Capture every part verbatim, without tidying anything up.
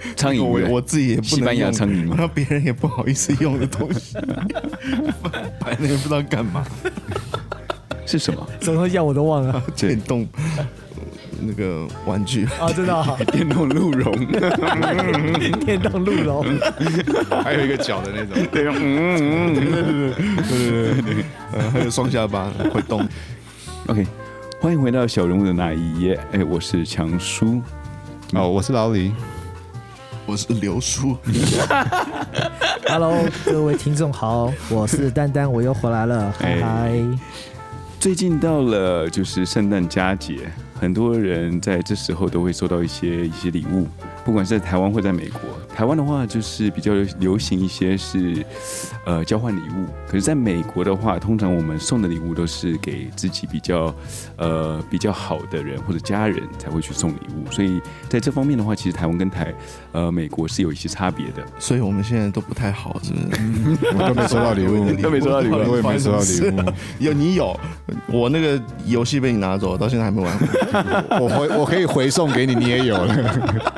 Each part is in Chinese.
苍蝇， 我我自己也不能用， 西班牙苍蝇， 然后别人也不好意思用的东西，摆那也不知道干嘛。 是什么？ 什么东西啊？我都忘了。 电动那个玩具啊，真的、啊， 电动鹿茸， 电动鹿茸， 还有一个脚的那种， 对，嗯， 对对对对对对对，呃，还有双下巴会动。 OK， 欢迎回到小人物的那一页。哎，我是强叔， 哦，我是老李， 我是刘叔。 Hello， 各位听众好，我是丹丹，我又回来了，嗨嗨。 最近到了就是圣诞佳节，很多人在这时候都会收到一些一些礼物，不管是在台湾或在美国。台湾的话就是比较流行一些是呃交换礼物，可是在美国的话，通常我们送的礼物都是给自己比较呃比较好的人或者家人才会去送礼物，所以在这方面的话，其实台湾跟台呃美国是有一些差别的。 所以我们现在都不太好，是不是？ 我都没收到礼物， 都没收到礼物， 我也没收到礼物。 有你有，我那个游戏被你拿走，到现在还没玩。 我回我可以回送给你，你也有了。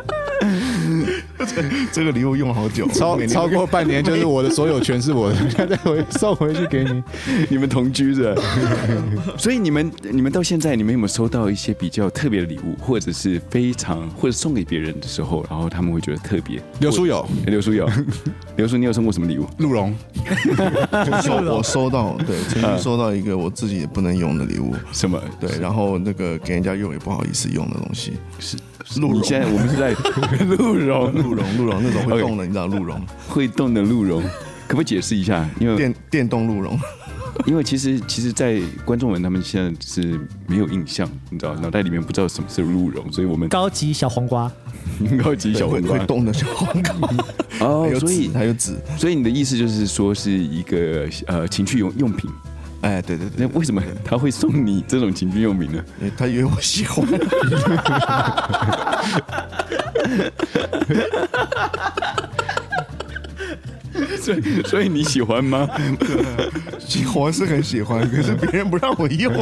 这个礼物用好久， 超超过半年就是我的所有权是我的，现在回送回去给你。 你们同居的，所以你们你们到现在，你们有没有收到一些比较特别的礼物，或者是非常或者送给别人的时候，然后他们会觉得特别？ 刘叔有， 刘叔有，刘叔你有送过什么礼物？ 鹿茸。 我收到，对，曾经收到一个我自己也不能用的礼物。 什么？ 对，然后那个给人家用也不好意思用的东西是。鹿茸，你现在我们是在鹿茸， 鹿茸，鹿茸那种会动的， okay, 你知道鹿茸会动的鹿茸，可不可以解释一下？因为电电动鹿茸， 因为其实其实，在观众们他们现在是没有印象，你知道，脑袋里面不知道什么是鹿茸，所以我们高级小黄瓜， 高级小黄瓜会动的小黄瓜哦，所以还有籽， 所以你的意思就是说是一个呃情趣用用品。 哎，对对对， 那为什么他会送你这种情趣用品呢？ 他以为我喜欢。 所以，所以你喜欢吗？ 喜欢是很喜欢，可是别人不让我用。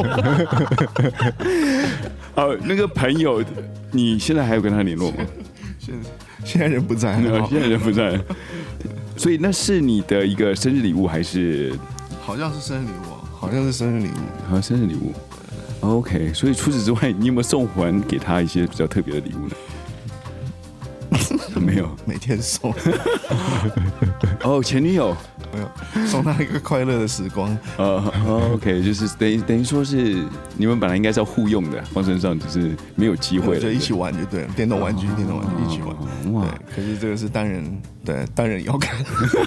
好，那个朋友，你现在还有跟他联络吗？ 现现在人不在， 现在人不在。所以那是你的一个生日礼物还是？ 好像是生日礼物。好像是生日礼物， 好像生日礼物。OK， 所以除此之外，你有没有送还给他一些比较特别的礼物呢？没有， 每天送。 哦，前女友没有，送他一个快乐的时光。 呃 ，OK， 就是等于等于说是你们本来应该是要互用的，放身上只是没有机会了， 就一起玩就对了，电动玩具，电动玩具一起玩。哇，对，可是这个是单人，对，单人摇杆。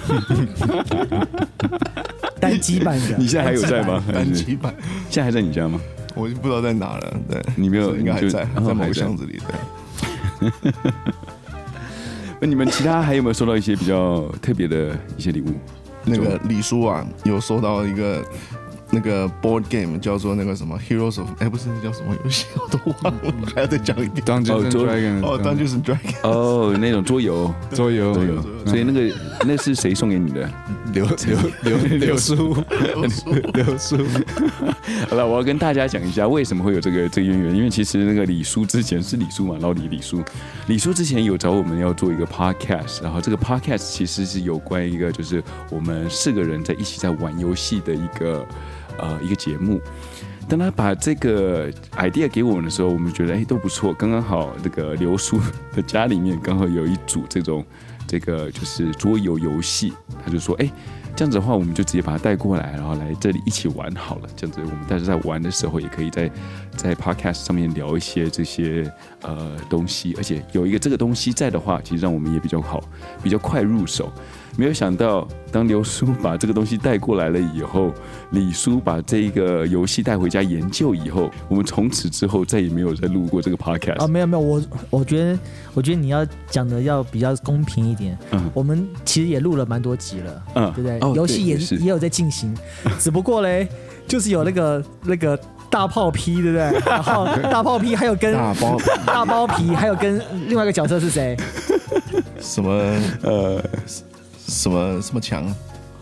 单机版的， 你现在还有在吗？ 单机版， 现在还在你家吗？ 我就不知道在哪了。对， 你没有， 应该还在，在某个箱子里。对。 那你们其他还有没有收到一些比较特别的一些礼物？ 那个李叔啊，有收到一个那个 board game 叫做那个什么 Heroes of， 哎，不是，那叫什么游戏我都忘了，还要再讲一遍。 Dungeons and Dragons， 哦 ，Dungeons and Dragons， 哦，那种桌游， 桌游， 桌游。所以那个那是谁送给你的？ 刘刘刘刘叔，刘叔。 好了，我要跟大家讲一下为什么会有这个这个渊源，因为其实那个李叔之前是李叔嘛，老李李叔，李叔之前有找我们要做一个 podcast， 然后这个 podcast 其实是有关一个就是我们四个人在一起在玩游戏的一个呃一个节目。当他把这个 idea 给我们的时候，我们觉得哎都不错，刚刚好这个刘叔的家里面刚好有一组这种这个就是桌游游戏，他就说哎这样子的话我们就直接把它带过来，然后来这里一起玩好了，这样子我们大家在玩的时候也可以在在 podcast 上面聊一些这些呃东西，而且有一个这个东西在的话，其实让我们也比较好，比较快入手。没有想到，当刘叔把这个东西带过来了以后，李叔把这个游戏带回家研究以后，我们从此之后再也没有再录过这个 podcast。 啊，没有没有，我我觉得我觉得你要讲的要比较公平一点。嗯，我们其实也录了蛮多集了，嗯，对不对？哦、游戏也也有在进行，只不过嘞，就是有那个那个。大炮皮对不对？然后大炮皮还有跟大包大包皮，还有跟另外一个角色是谁？ 什么呃什么什么强？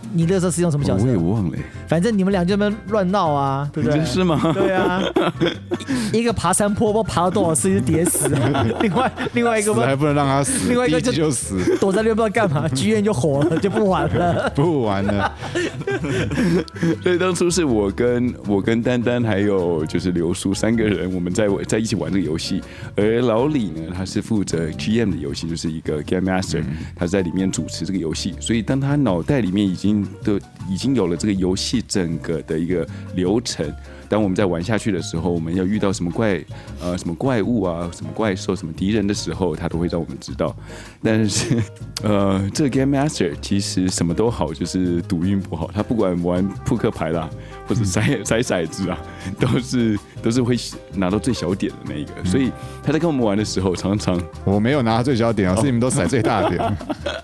你那时候是用什么角色？ 我也忘了、欸。 反正你们俩就在那边乱闹啊，对不对？ 是吗？ 对啊，一个爬山坡，不知道爬了多少次就跌死了。另外另外一个死还不能让他死， 另外一个就, 就死， 躲在那边不知道干嘛，剧院就火了，就不玩了， 不玩了。 所以当初是我跟我跟丹丹还有就是刘叔三个人，我们在在一起玩这个游戏，而老李呢，他是负责 G M 的游戏，就是一个 Game Master，、嗯、他在里面主持这个游戏，所以当他脑袋里面已经都已经有了这个游戏整个的一个流程。当我们在玩下去的时候，我们要遇到什么怪呃什么怪物啊、什么怪兽、什么敌人的时候，他都会让我们知道。但是呃，这个 Game Master 其实什么都好，就是赌运不好。他不管玩扑克牌啦，或者筛筛骰子啊，都是都是会拿到最小点的那一个。所以他在跟我们玩的时候，常常我没有拿到最小点啊，是你们都骰最大点。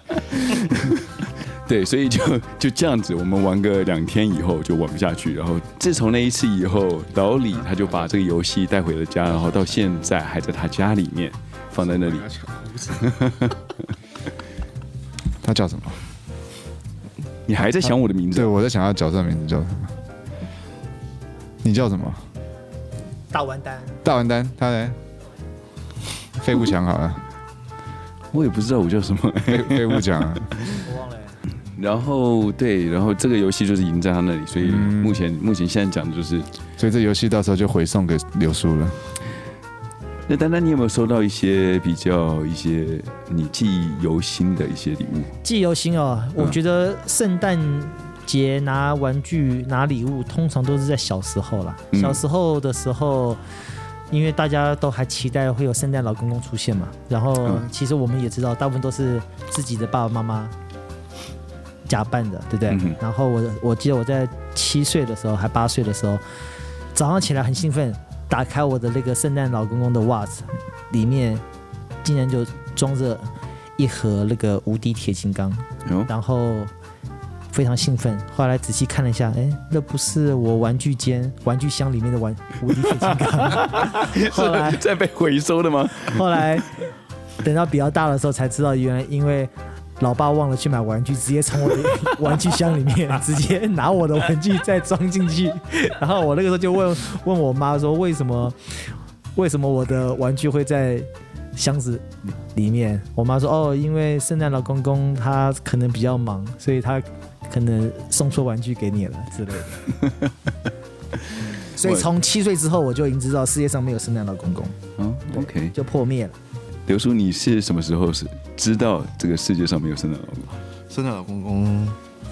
对，所以就就这样子，我们玩个两天以后就玩不下去。然后自从那一次以后，老李他就把这个游戏带回了家，然后到现在还在他家里面放在那里。 他叫什么？ 你还在想我的名字？ 对，我在想他角色名字叫什么？你叫什么？ 大完蛋。 大完蛋，他呢？废物强好了。 我也不知道我叫什么， 废物强啊。 我忘了。 然后对，然后这个游戏就是已经在他那里，所以目前、嗯、目前现在讲的就是， 所以这游戏到时候就回送给刘叔了。 那丹丹，你有没有收到一些比较一些你记忆犹新的一些礼物？ 记忆犹新哦，我觉得圣诞节拿玩具、拿礼物，通常都是在小时候啦。嗯、小时候的时候。因为大家都还期待会有圣诞老公公出现嘛，然后其实我们也知道，大部分都是自己的爸爸妈妈假扮的，对不对？嗯、然后我我记得我在七岁的时候，还八岁的时候，早上起来很兴奋，打开我的那个圣诞老公公的袜子，里面竟然就装着一盒那个无敌铁金刚，嗯、然后。非常兴奋，后来仔细看了一下，哎，那不是我玩具间玩具箱里面的玩无敌铁金刚，后来在被回收的吗？ 后来等到比较大的时候才知道，原来因为老爸忘了去买玩具，直接从我的玩具箱里面直接拿我的玩具再装进去，然后我那个时候就问问我妈说，为什么为什么我的玩具会在箱子里面？我妈说，哦，因为圣诞老公公他可能比较忙，所以他。可能送错玩具给你了之类的，所以从七岁之后我就已经知道世界上没有圣诞老公公。 哦 ，OK， 就破灭了。 刘叔，你是什么时候是知道这个世界上没有圣诞老公公？ 圣诞老公公，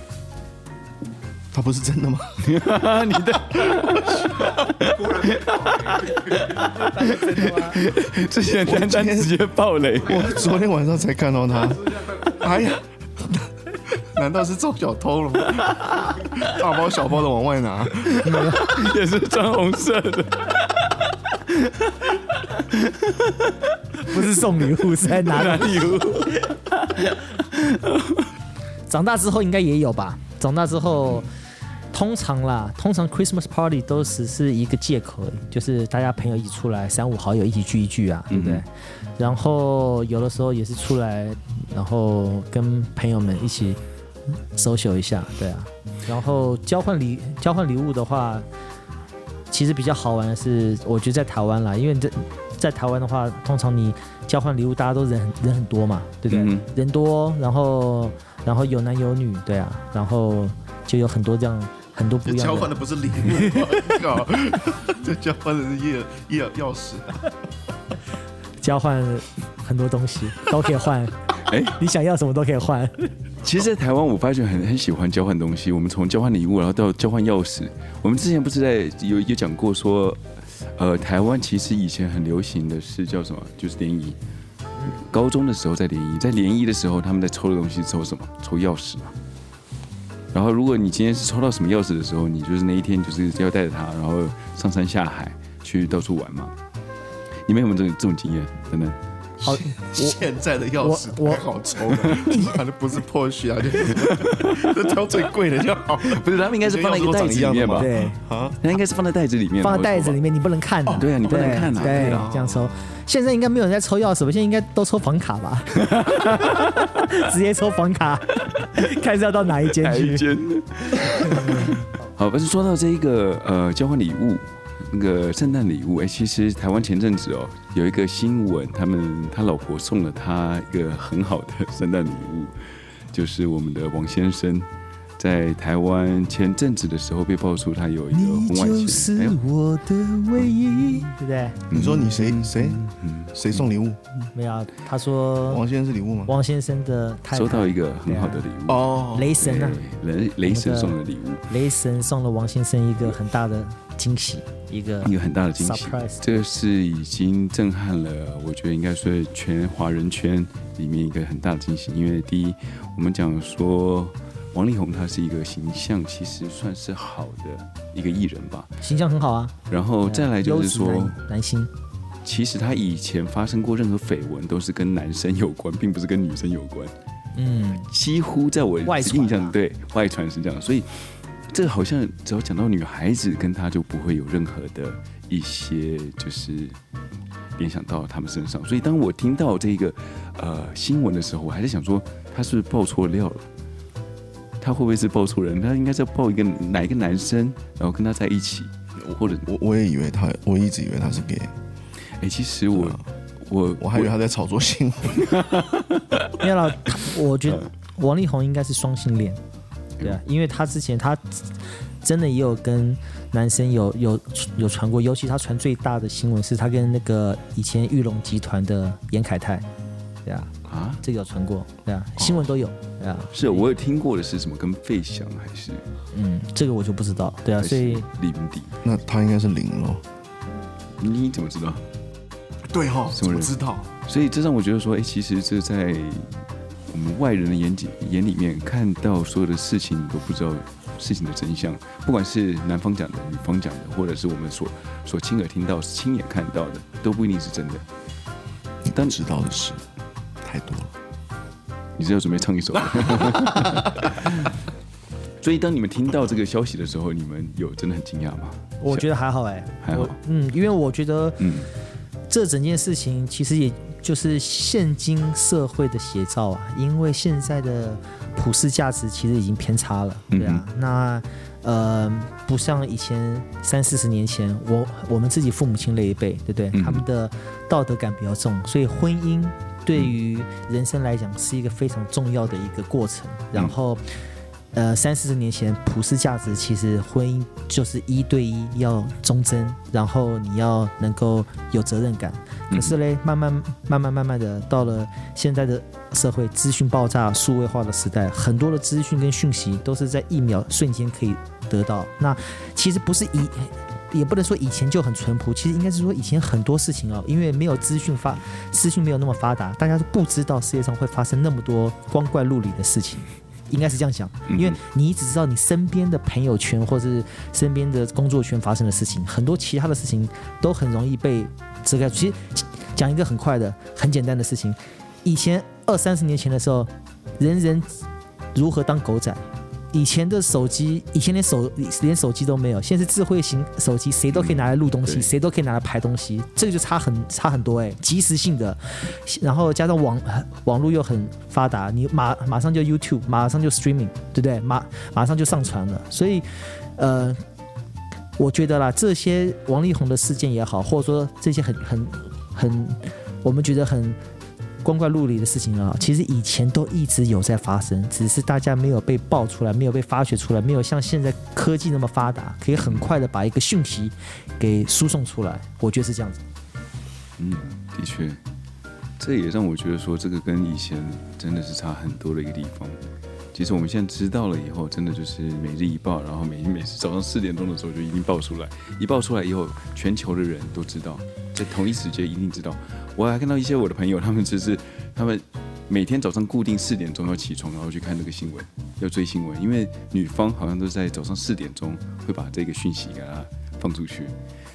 他不是真的吗？ 你的， 真的吗？ 之前丹丹直接爆雷， 我昨天晚上才看到他。哎呀！难道是中小偷了吗？大包小包的往外拿， 也是穿红色的， 不是送礼物，是在拿礼物。 长大之后应该也有吧？长大之后，通常啦，通常 Christmas party 都只是一个借口，就是大家朋友一起出来，三五好友一起聚一聚啊，对不对？嗯、然后有的时候也是出来，然后跟朋友们一起。social 一下，对啊，然后交换礼交换礼物的话，其实比较好玩的是，我觉得在台湾啦，因为在在台湾的话，通常你交换礼物，大家都人人很多嘛，对不对？嗯、人多，然后然后有男有女，对啊，然后就有很多这样很多不一样的。 交换的不是礼物，搞，这交换的是钥钥钥匙， 交换很多东西都可以换，哎，你想要什么都可以换。 其实，在台湾我发现很很喜欢交换东西。我们从交换礼物，然后到交换钥匙。我们之前不是在有有讲过说，呃，台湾其实以前很流行的是叫什么？就是联谊。高中的时候在联谊，在联谊的时候，他们在抽的东西抽什么？抽钥匙嘛。然后，如果你今天是抽到什么钥匙的时候，你就是那一天就是要带着它，然后上山下海去到处玩嘛。你们有没有这种这种经验？等等。 好， 现在的钥匙我太好抽了，反正不是 Porsche 啊，就是就挑最贵的就好了。 不是，他们应该是放在一个袋子里面吧？ 对， 啊，那应该是放在袋子里面， 放在袋子里面，你不能看的。 对啊，你不能看啊。 对，这样抽。现在应该没有人在抽钥匙吧？现在应该都抽房卡吧？直接抽房卡，看是要到哪一间去。哪一间？ 好，不是说到这一个呃交换礼物。那个圣诞礼物，哎，其实台湾前阵子哦有一个新闻，他们他老婆送了他一个很好的圣诞礼物，就是我们的王先生在台湾前阵子的时候被爆出他有一个婚外情， 你就是我的唯一，对不对？ 你说你谁谁谁送礼物？ 没有，他说王先生是礼物吗？ 王先生的太太收到一个很好的礼物哦， 雷神啊， 雷雷神送的礼物， 雷神送了王先生一个很大的惊喜。一个一个很大的惊喜，这个是已经震撼了，我觉得应该是全华人圈里面一个很大的惊喜。因为第一，我们讲说王力宏他是一个形象其实算是好的一个艺人吧， 形象很好啊。 然后再来就是说男, 男星， 其实他以前发生过任何绯闻都是跟男生有关，并不是跟女生有关。嗯，几乎在我印象、啊、对外传是这样，所以。这个好像只要讲到女孩子，跟她就不会有任何的一些就是联想到他们身上。所以当我听到这个呃新闻的时候，我还在想说，他是不是爆错料了？他会不会是爆错人？他应该是要爆一个哪一个男生，然后跟他在一起，或者我我也以为他，我一直以为他是 gay。 哎，其实我、嗯、我我还以为他在炒作新闻。 没有啦，我觉得王力宏应该是双性恋。对啊，因为他之前他真的也有跟男生有有有传过，尤其他传最大的新闻是他跟那个以前玉龙集团的严凯泰，对啊，啊，这个有传过，对啊，新闻都有，对啊， 是我有听过的是什么跟费翔还是， 嗯，这个我就不知道，对啊，所以林迪， 那他应该是零咯， 你怎么知道？ 对哈、哦，怎么知道？ 所以这让我觉得说，哎，其实这在。我们外人的眼眼里面看到所有的事情，你都不知道事情的真相。不管是男方讲的、女方讲的，或者是我们所所亲耳听到、亲眼看到的，都不一定是真的。 但知道的事太多了。 你是要准备唱一首？所以当你们听到这个消息的时候，你们有真的很惊讶吗？ 我觉得还好哎、欸， 还好。 嗯，因为我觉得，嗯，这整件事情其实也。就是现今社会的写照啊，因为现在的普世价值其实已经偏差了，对啊，嗯、那呃不像以前三四十年前，我我们自己父母亲那一辈，对不对？嗯、他们的道德感比较重，所以婚姻对于人生来讲是一个非常重要的一个过程，然后。呃，三四十年前，普世价值其实婚姻就是一对一要忠贞，然后你要能够有责任感。可是嘞，慢慢慢慢慢慢的到了现在的社会，资讯爆炸、数位化的时代，很多的资讯跟讯息都是在一秒瞬间可以得到。那其实不是以，也不能说以前就很淳朴，其实应该是说以前很多事情哦，因为没有资讯发，资讯没有那么发达，大家都不知道世界上会发生那么多光怪陆离的事情。应该是这样讲，因为你只知道你身边的朋友圈或是身边的工作圈发生的事情，很多其他的事情都很容易被遮盖。其实讲一个很快的、很简单的事情，以前二三十年前的时候，人人如何当狗仔？以前的手机，以前连手连手机都没有，现在是智慧型手机，谁都可以拿来录东西，嗯、谁都可以拿来拍东西，这个就差很差很多哎、欸，即时性的，然后加上网网络又很发达，你马马上就 YouTube， 马上就 streaming， 对不对？马马上就上传了，所以呃，我觉得啦，这些王力宏的事件也好，或者说这些很很很，我们觉得很。光怪陆离的事情啊，其实以前都一直有在发生，只是大家没有被爆出来，没有被发掘出来，没有像现在科技那么发达，可以很快的把一个讯息给输送出来。我觉得是这样子。 嗯，的确，这也让我觉得说，这个跟以前真的是差很多的一个地方。其实我们现在知道了以后，真的就是每日一报，然后每每次早上四点钟的时候就一定报出来，一报出来以后，全球的人都知道，在同一时间一定知道。我还看到一些我的朋友，他们就是他们每天早上固定四点钟要起床，然后去看这个新闻，要追新闻，因为女方好像都是在早上四点钟会把这个讯息给它放出去。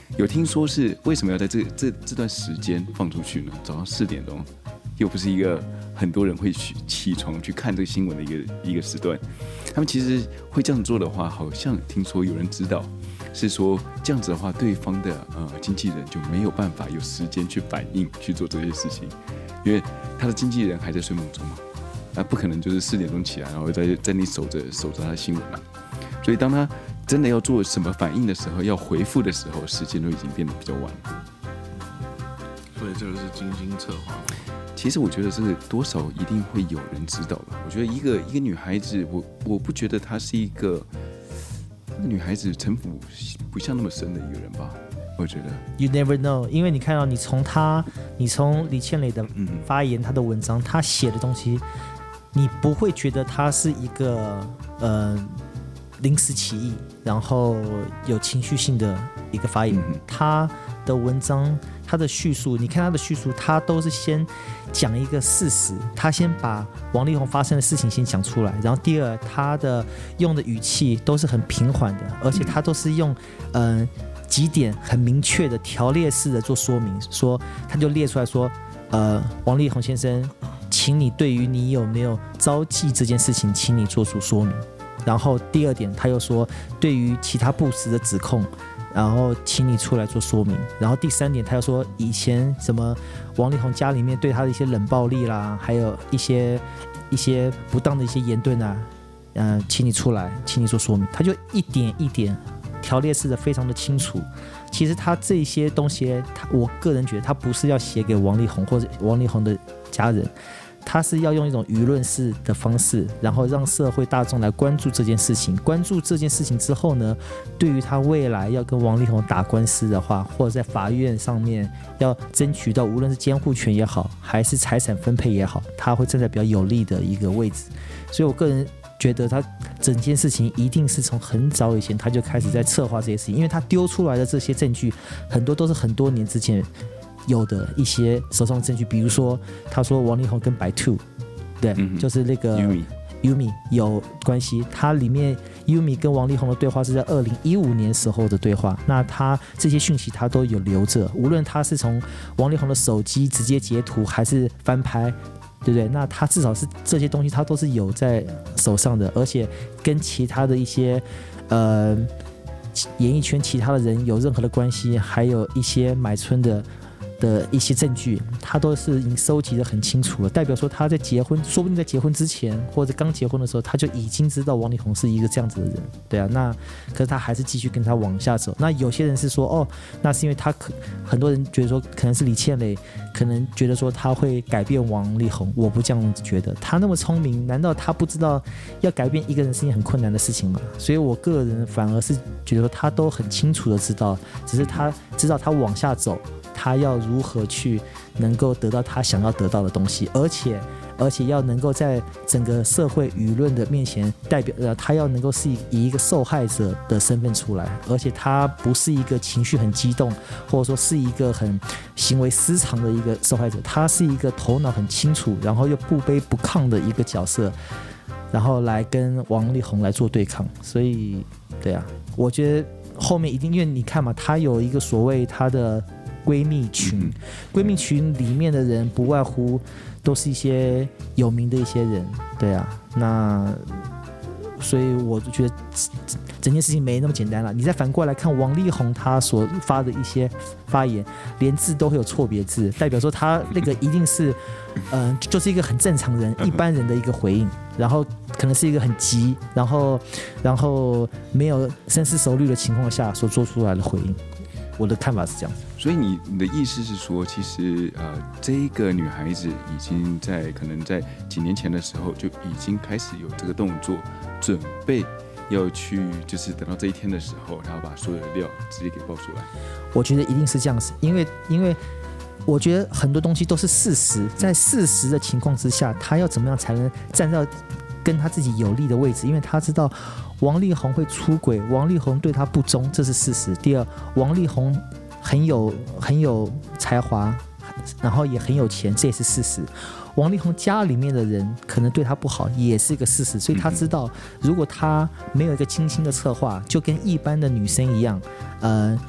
有听说是为什么要在这这这段时间放出去呢？早上四点钟，又不是一个很多人会去起床去看这个新闻的一个一个时段。他们其实会这样做的话，好像听说有人知道，是说这样子的话，对方的呃经纪人就没有办法有时间去反应去做这些事情，因为他的经纪人还在睡梦中嘛，那不可能就是四点钟起来，然后在在你守着守着他的新闻嘛。所以当他真的要做什么反应的时候，要回复的时候，时间都已经变得比较晚了。 所以这个是精心策划。 其实我觉得这个多少一定会有人知道吧。我觉得一个一个女孩子，我我不觉得她是一个女孩子城府不像那么深的一个人吧。我觉得 You never know， 因为你看到、哦、你从她，你从李倩蕾的发言，她的文章，她写的东西，你不会觉得她是一个呃。临时起意，然后有情绪性的一个发言。嗯、他的文章，他的叙述，你看他的叙述，他都是先讲一个事实，他先把王力宏发生的事情先讲出来，然后第二，他的用的语气都是很平缓的，而且他都是用嗯、呃、几点很明确的条列式的做说明，说他就列出来说，呃，王力宏先生，请你对于你有没有招妓这件事情，请你做出说明。然后第二点，他又说，对于其他不实的指控，然后请你出来做说明。然后第三点，他又说，以前什么王力宏家里面对他的一些冷暴力啦，还有一些一些不当的一些言论啊，嗯、呃，请你出来，请你做说明。他就一点一点条列式的非常的清楚。其实他这些东西，他我个人觉得他不是要写给王力宏或者王力宏的家人。他是要用一种舆论式的方式，然后让社会大众来关注这件事情。关注这件事情之后呢，对于他未来要跟王力宏打官司的话，或者在法院上面要争取到无论是监护权也好，还是财产分配也好，他会站在比较有利的一个位置。所以我个人觉得他整件事情一定是从很早以前他就开始在策划这些事情，因为他丢出来的这些证据很多都是很多年之前有的一些手上的证据，比如说他说王力宏跟白兔，对，嗯、就是那个 Yumi, Yumi 有关系。他里面 Yumi 跟王力宏的对话是在二零一五年时候的对话，那他这些讯息他都有留着，无论他是从王力宏的手机直接截图还是翻拍，对不对？那他至少是这些东西他都是有在手上的，而且跟其他的一些呃演艺圈其他的人有任何的关系，还有一些买春的。的一些证据，他都是已经收集得很清楚了，代表说他在结婚，说不定在结婚之前或者刚结婚的时候，他就已经知道王力宏是一个这样子的人，对啊，那可是他还是继续跟他往下走。那有些人是说，哦，那是因为他可，很多人觉得说可能是李倩蕾，可能觉得说他会改变王力宏，我不这样子觉得，他那么聪明，难道他不知道要改变一个人是一件很困难的事情吗？所以我个人反而是觉得说他都很清楚的知道，只是他知道他往下走。他要如何去能够得到他想要得到的东西，而且而且要能够在整个社会舆论的面前代表，呃，他要能够是以一个受害者的身份出来，而且他不是一个情绪很激动，或者说是一个很行为失常的一个受害者，他是一个头脑很清楚，然后又不卑不亢的一个角色，然后来跟王力宏来做对抗。所以，对啊，我觉得后面一定，因为你看嘛，他有一个所谓他的。闺蜜群，闺蜜群里面的人不外乎都是一些有名的一些人，对啊，那所以我就觉得整件事情没那么简单了。你再反过来看王力宏他所发的一些发言，连字都会有错别字，代表说他那个一定是，嗯、呃，就是一个很正常人、一般人的一个回应，然后可能是一个很急，然后然后没有深思熟虑的情况下所做出来的回应。我的看法是这样。 所以你你的意思是说，其实呃，这一个女孩子已经在可能在几年前的时候就已经开始有这个动作，准备要去就是等到这一天的时候，然后把所有的料直接给爆出来。 我觉得一定是这样子，因为因为我觉得很多东西都是事实，在事实的情况之下，他要怎么样才能站到跟他自己有利的位置？因为他知道王力宏会出轨，王力宏对他不忠，这是事实。第二，王力宏很有很有才华，然后也很有钱，这也是事实。王力宏家里面的人可能对他不好，也是一个事实。所以他知道，如果他没有一个精心的策划，就跟一般的女生一样，呃，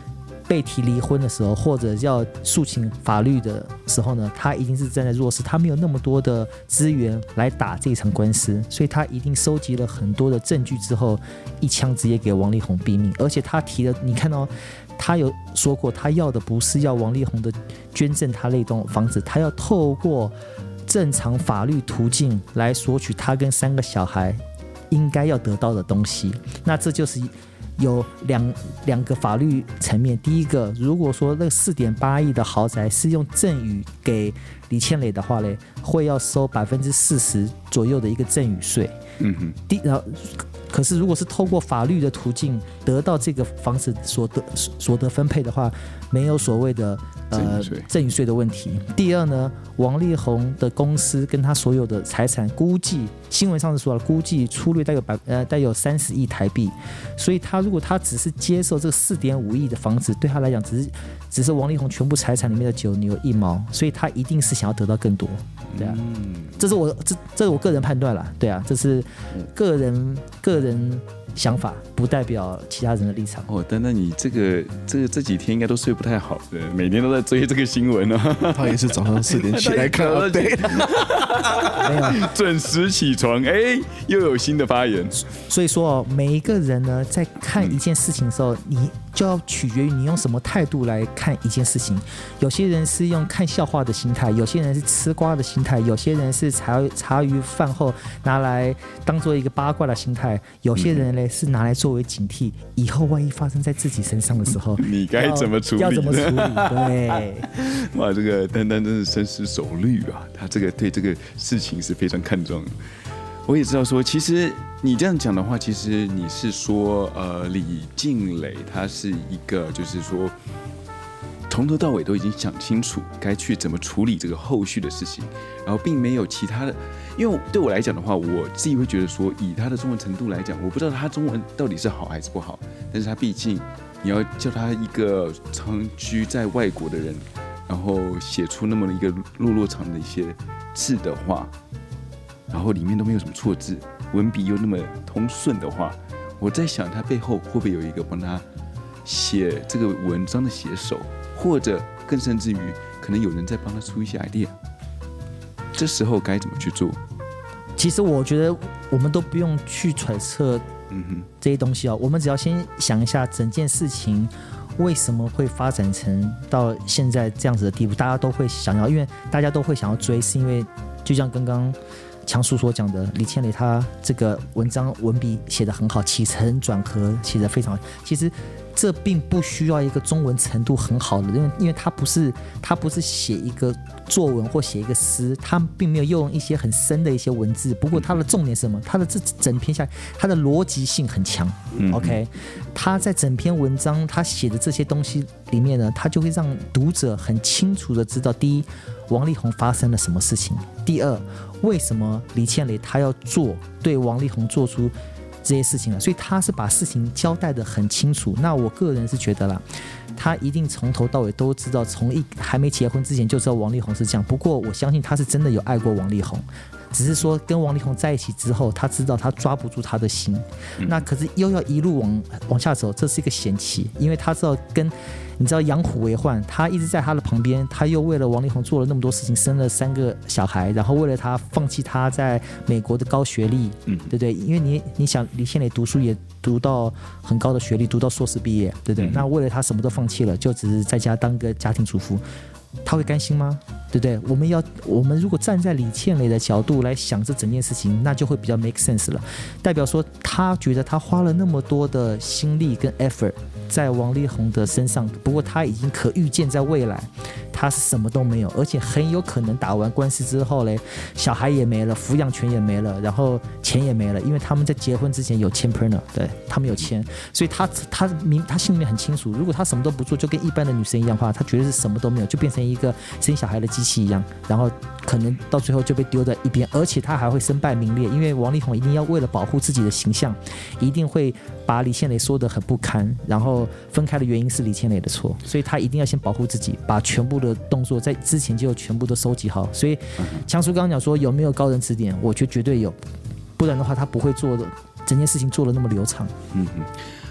被提离婚的时候，或者要诉请法律的时候呢，他一定是站在弱势，他没有那么多的资源来打这场官司，所以他一定收集了很多的证据之后，一枪直接给王力宏毙命。而且他提的，你看到、哦、他有说过，他要的不是要王力宏的捐赠他那栋房子，他要透过正常法律途径来索取他跟三个小孩应该要得到的东西。那这就是有两两个法律层面。第一个，如果说那个四点八亿的豪宅是用赠与给李倩蕾的话嘞，会要收百分之四十左右的一个赠与税。嗯哼。第然后，可是如果是透过法律的途径得到这个房子所得所得分配的话，没有所谓的呃赠与税的问题。第二呢，王力宏的公司跟他所有的财产，估计新闻上是说了，估计粗略带有百呃带有三十亿台币，所以他如果他只是接受这个四点五亿的房子，对他来讲只是只是王力宏全部财产里面的九牛一毛，所以他一定是想要得到更多，对啊，嗯、这是我这这是我个人判断啦，对啊，这是个人个人想法，不代表其他人的立场。 哦，丹丹，你这个这个这几天应该都睡不太好的，每天都在追这个新闻啊。 他也是早上四点起来看update， 没有准时起床，哎，又有新的发言。 所以说，每一个人呢，在看一件事情的时候，你就要取决于你用什么态度来看一件事情。有些人是用看笑话的心态，有些人是吃瓜的心态，有些人是茶茶余饭后拿来当做一个八卦的心态，有些人呢是拿来作为警惕，以后万一发生在自己身上的时候， 你该怎么处理？ 要怎么处理？对， 哇，这个丹丹真是深思熟虑啊，他这个对这个事情是非常看重的。我也知道说，其实你这样讲的话，其实你是说，呃，李静蕾她是一个，就是说，从头到尾都已经想清楚该去怎么处理这个后续的事情，然后并没有其他的。因为对我来讲的话，我自己会觉得说，以他的中文程度来讲，我不知道他中文到底是好还是不好，但是他毕竟你要叫他一个长居在外国的人，然后写出那么一个落落长的一些字的话。然后里面都没有什么错字，文笔又那么通顺的话，我在想他背后会不会有一个帮他写这个文章的写手，或者更甚至于可能有人在帮他出一些 idea， 这时候该怎么去做？ 其实我觉得我们都不用去揣测这些东西哦，我们只要先想一下整件事情为什么会发展成到现在这样子的地步，大家都会想要，因为大家都会想要追，是因为就像刚刚强叔所讲的，李倩蕾她这个文章文笔写得很好，起承转合写得非常好。其实这并不需要一个中文程度很好的，因为因为他不是他不是写一个作文或写一个诗，他并没有用一些很深的一些文字。不过他的重点是什么？他的这整篇下来，他的逻辑性很强。嗯、OK， 他在整篇文章他写的这些东西里面呢，他就会让读者很清楚的知道，第一，王力宏发生了什么事情；第二，为什么李倩蕾她要做对王力宏做出这些事情了，所以他是把事情交代得很清楚。那我个人是觉得啦，他一定从头到尾都知道，从一还没结婚之前就知道王力宏是这样。不过我相信他是真的有爱过王力宏，只是说跟王力宏在一起之后，他知道他抓不住他的心，那可是又要一路往往下走，这是一个险棋，因为他知道跟你知道养虎为患，他一直在他的旁边，他又为了王力宏做了那么多事情，生了三个小孩，然后为了他放弃他在美国的高学历，嗯，对不对？因为你你想李倩蕾读书也读到很高的学历，读到硕士毕业，对不对？嗯、那为了他什么都放弃了，就只是在家当个家庭主妇，他会甘心吗？对不对？我们要我们如果站在李倩蕾的角度来想这整件事情，那就会比较 make sense 了。代表说他觉得他花了那么多的心力跟 effort 在王力宏的身上，不过他已经可预见在未来他是什么都没有，而且很有可能打完官司之后嘞，小孩也没了，抚养权也没了，然后钱也没了，因为他们在结婚之前有签 partner， 对他们有签，所以他他明他心里面很清楚，如果他什么都不做，就跟一般的女生一样的话，他绝对是什么都没有，就变成一个生小孩的机器一样，然后可能到最后就被丢在一边，而且他还会身败名裂，因为王力宏一定要为了保护自己的形象，一定会把李倩蕾说得很不堪，然后分开的原因是李倩蕾的错，所以他一定要先保护自己，把全部的动作在之前就全部都收集好。所以强叔刚刚讲说有没有高人指点，我觉得绝对有，不然的话他不会做的整件事情做得那么流畅。嗯哼，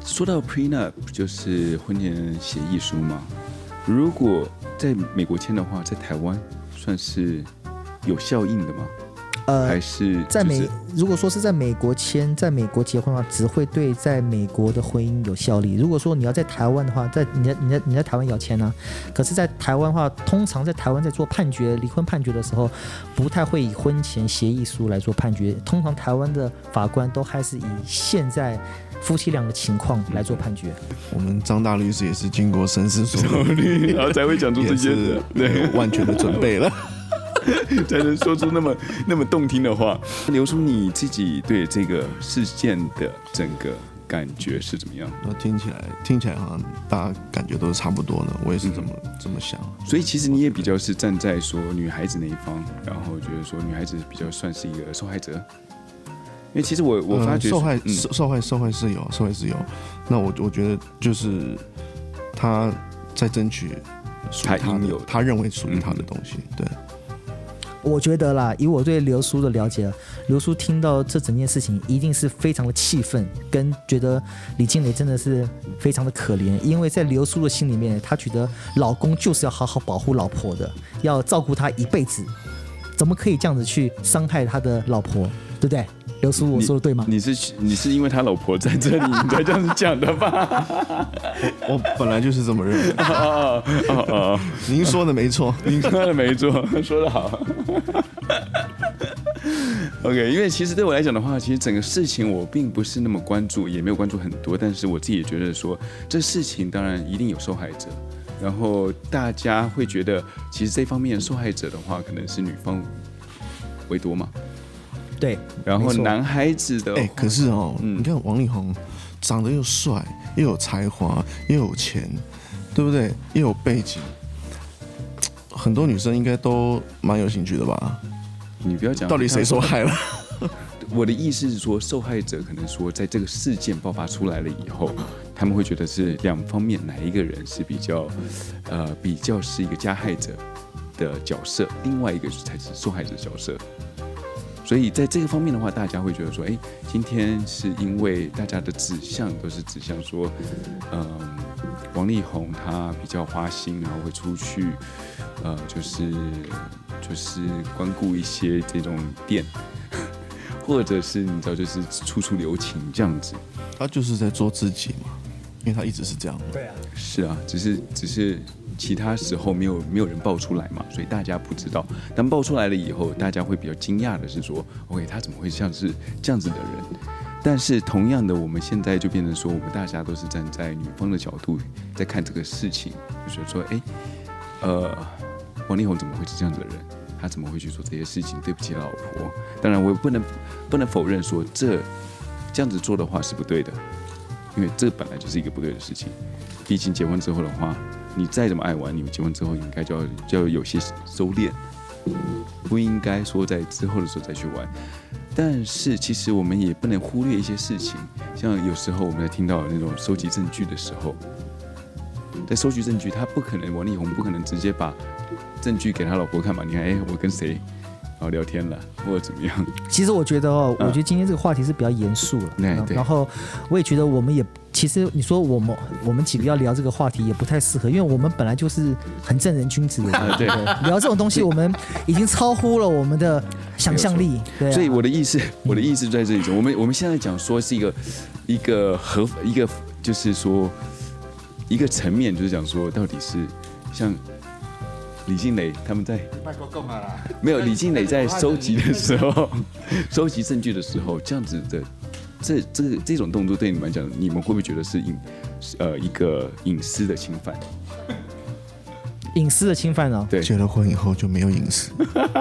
说到 prenup 就是婚前协议书嘛，如果在美国签的话，在台湾算是有效应的吗？呃，还是、就是、 在美，如果说是在美国签，在美国结婚的话，只会对在美国的婚姻有效力。如果说你要在台湾的话，在你在你在你在台湾也要签啊，可是，在台湾的话，通常在台湾在做判决、离婚判决的时候，不太会以婚前协议书来做判决。通常台湾的法官都还是以现在夫妻俩的情况来做判决。 我们张大律师也是经过深思熟虑， 然后才会讲出这些的， 对，万全的准备了。 才能说出那么那么动听的话。刘叔，你自己对这个事件的整个感觉是怎么样？ 那听起来听起来好像大家感觉都是差不多的，我也是这么、嗯、这么想。 所以其实你也比较是站在说女孩子那一方，然后觉得说女孩子比较算是一个受害者。因为其实我我发觉、 呃、受害、嗯、受害受害是有，受害是有。那我我觉得就是他在争取属于他的他应有他认为属于他的东西，对。 我觉得啦，以我对刘叔的了解，刘叔听到这整件事情一定是非常的气愤，跟觉得李静蕾真的是非常的可怜，因为在刘叔的心里面，他觉得老公就是要好好保护老婆的，要照顾她一辈子，怎么可以这样子去伤害他的老婆，对不对？刘叔，我说的对吗？ 你, 你是你是因为他老婆在这里，你才这样子讲的吧？ 我, 我本来就是这么认为。 哦哦哦， 您说的没错， 您说的没错，说得好。OK， 因为其实对我来讲的话，其实整个事情我并不是那么关注，也没有关注很多，但是我自己也觉得说，这事情当然一定有受害者，然后大家会觉得，其实这方面受害者的话，可能是女方为多嘛。 对， 然后男孩子的， 哎、欸，可是哦、嗯，你看王力宏长得又帅，又有才华，又有钱，对不对？又有背景，很多女生应该都蛮有兴趣的吧？ 你不要讲， 到底谁受害了？ 我的意思是说，受害者可能说，在这个事件爆发出来了以后，他们会觉得是两方面哪一个人是比较，呃，比较是一个加害者的角色，另外一个才是受害者角色。所以在这个方面的话，大家会觉得说，哎，今天是因为大家的指向都是指向说，嗯，王力宏他比较花心，然后会出去，呃，就是就是光顾一些这种店，或者是你知道，就是处处留情这样子。 他就是在做自己嘛，因为他一直是这样。 对啊， 是啊，只是只是。其他时候没有没有人爆出来嘛，所以大家不知道。但爆出来了以后，大家会比较惊讶的是说 ，OK， 他怎么会像是这样子的人？但是同样的，我们现在就变成说，我们大家都是站在女方的角度在看这个事情，就是说，哎，呃，王力宏怎么会是这样子的人？他怎么会去做这些事情？对不起老婆。当然，我也不能不能否认说这这样子做的话是不对的，因为这本来就是一个不对的事情。毕竟结婚之后的话。你再怎么爱玩，你结婚之后应该就要就要有些收敛，不应该说在之后的时候再去玩。但是其实我们也不能忽略一些事情，像有时候我们在听到那种收集证据的时候，在收集证据，他不可能王力宏不可能直接把证据给他老婆看嘛？你看，哎，我跟谁然后聊天了，或者怎么样？ 其实我觉得哦，我觉得今天这个话题是比较严肃了、嗯，然后我也觉得我们也。其实你说我们我们几个要聊这个话题也不太适合，因为我们本来就是很正人君子的人，对对，聊这种东西我们已经超乎了我们的想象力。对、啊， 所以我的意思，我的意思就在这里，我们我们现在讲说是一个一个合一个就是说一个层面，就是讲说到底是像李静蕾他们在没有李静蕾在收集的时候，收集证据的时候，这样子的。这这个这种动作对你们来讲，你们会不会觉得是隐呃一个隐私的侵犯？ 隐私的侵犯哦， 对，结了婚以后就没有隐私。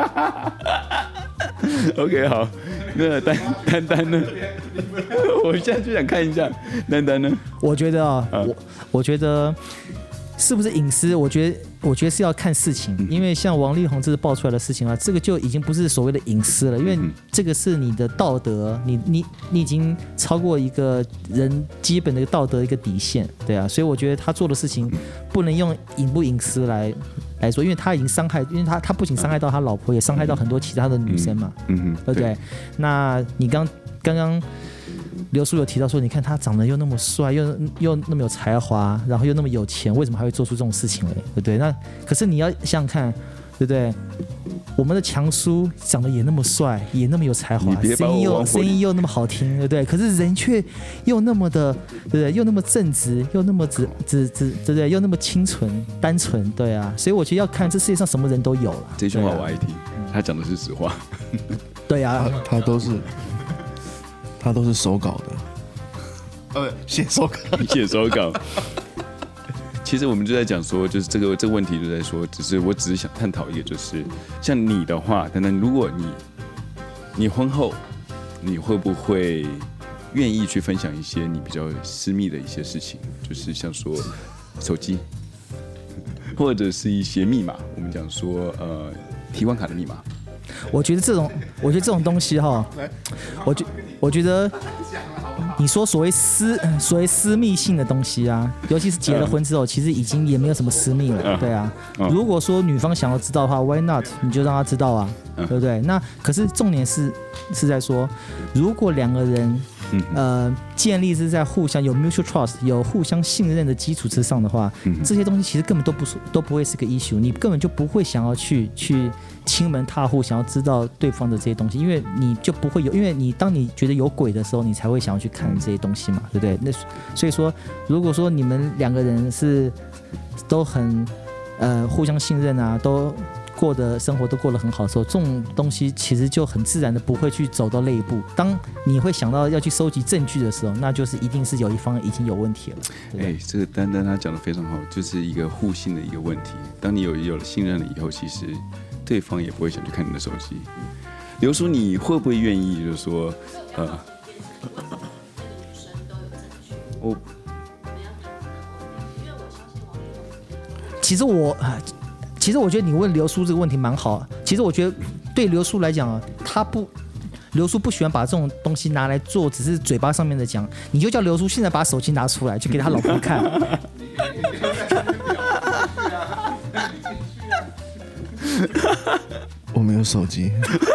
OK， 好，那丹丹丹呢？我现在就想看一下丹丹呢。 我觉得啊，我我觉得是不是隐私？我觉得。我觉得是要看事情，因为像王力宏这次爆出来的事情啊，这个就已经不是所谓的隐私了，因为这个是你的道德，你你你已经超过一个人基本的道德一个底线，对啊，所以我觉得他做的事情不能用隐不隐私来来说，因为他已经伤害，因为他他不仅伤害到他老婆，也伤害到很多其他的女生嘛，嗯嗯，对不对？那你刚刚刚刘叔有提到说，你看他长得又那么帅，又又那么有才华，然后又那么有钱，为什么还会做出这种事情嘞？对不对？那可是你要想想看，对不对？我们的强叔长得也那么帅，也那么有才华，声音又声音又那么好听，对不对？可是人却又那么的，对不对？又那么正直，又那么直直直，对不对？又那么清纯单纯，对啊。所以我觉得要看这世界上什么人都有了。 这句话我爱听，他讲的是实话。 对啊， 他, 他都是他都是手稿的，呃，写手稿， 写手稿。其实我们就在讲说，就是这个这个问题就在说，只是我只是想探讨一个，就是像你的话，等等，如果你你婚后，你会不会愿意去分享一些你比较私密的一些事情，就是像说手机，或者是一些密码，我们讲说呃提款卡的密码。 我觉得这种，我觉得这种东西哈，我觉我觉得。你说所谓私所谓私密性的东西啊，尤其是结了婚之后，其实已经也没有什么私密了，对啊。如果说女方想要知道的话 ，Why not？ 你就让她知道啊，对不对？那可是重点是是在说，如果两个人呃建立是在互相有 mutual trust 有互相信任的基础之上的话，这些东西其实根本都不都不会是个 issue， 你根本就不会想要去去亲门踏户，想要知道对方的这些东西，因为你就不会有，因为你当你觉得有鬼的时候，你才会想要去看这些东西嘛，对不对？那所以说，如果说你们两个人是都很呃互相信任啊，都过的生活都过得很好的时候，这种东西其实就很自然的不会去走到那一步。当你会想到要去收集证据的时候，那就是一定是有一方已经有问题了。哎、 欸，这个丹丹他讲的非常好，就是一个互信的一个问题。当你有有了信任了以后，其实对方也不会想去看你的手机。刘叔，你会不会愿意，就是说，呃，我其实我。其实我觉得你问刘叔这个问题蛮好。其实我觉得对刘叔来讲，他不，刘叔不喜欢把这种东西拿来做，只是嘴巴上面的讲。你就叫刘叔现在把手机拿出来，就给他老婆看。 我没有手机。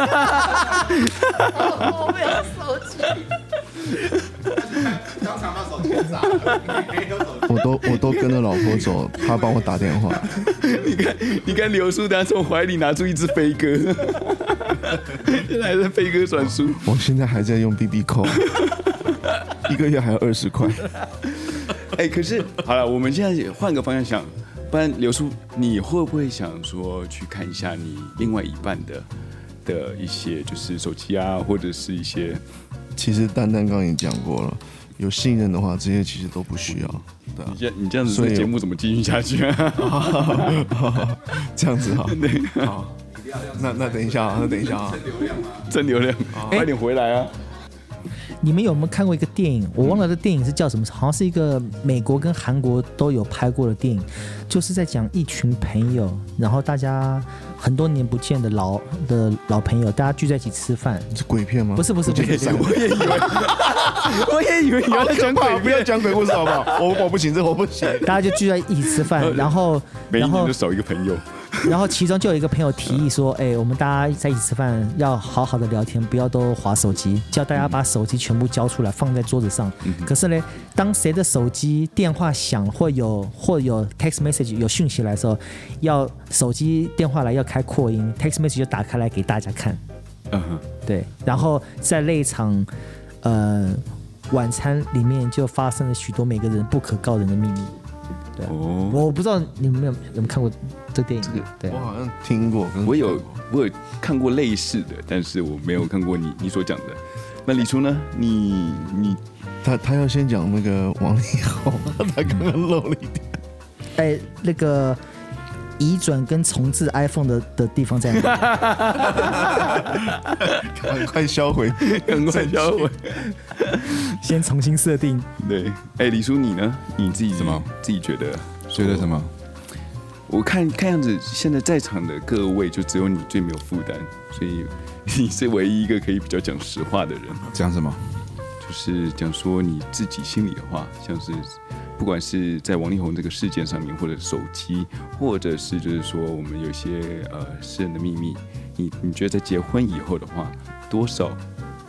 我没有手机。 当场把手机砸。 我都我都跟着老婆走，她帮我打电话。 你看，你看刘叔他从怀里拿出一只飞鸽，现在还在飞鸽传书。 我现在还在用 B B 扣，一个月还要二十块。 哎、欸，可是好了，我们现在换个方向想，不然刘叔，你会不会想说去看一下你另外一半的的一些就是手机啊，或者是一些？ 其实丹丹刚刚已经讲过了。有信任的话，这些其实都不需要。对啊、 你这你这样子，这节目怎么继续下去啊？ 这样子好，好，那那等一下啊，那等一下啊， 蹭流量啊，蹭流量，快点回来啊！ 你们有没有看过一个电影？我忘了这电影是叫什么，好像是一个美国跟韩国都有拍过的电影，就是在讲一群朋友，然后大家很多年不见的老的老朋友，大家聚在一起吃饭。 是鬼片吗？ 不是不是不是， 我也以为，我也以为你要讲鬼片，不要讲鬼故事好不好？我我不行，这我不行。 大家就聚在一起吃饭，然后每一年就少一个朋友。 然后其中就有一个朋友提议说：“哎，我们大家在一起吃饭要好好的聊天，不要都滑手机，叫大家把手机全部交出来放在桌子上。嗯、可是呢，当谁的手机电话响或有或有 text message 有讯息来的时候，要手机电话来要开扩音 ，text message 就打开来给大家看。嗯哼，对。然后在那一场呃晚餐里面就发生了许多每个人不可告人的秘密。对、啊哦，我不知道你们有没有有没有看过。”这电影，这个对、啊，我好像听过， 我有我有看过类似的，但是我没有看过你你所讲的。那李叔呢？你你他他要先讲那个王力宏，他刚刚漏了一点。 哎，那个移转跟重置 iPhone 的的地方在哪？ 赶快销毁， 赶快销毁， 先重新设定。 对，哎，李叔你呢？你自己什么？ 自己觉得觉得什么？ 我看看样子，现在在场的各位就只有你最没有负担，所以你是唯一一个可以比较讲实话的人。 讲什么？ 就是讲说你自己心里的话，像是不管是在王力宏这个事件上面，或者手机，或者是就是说我们有一些呃私人的秘密，你你觉得在结婚以后的话，多少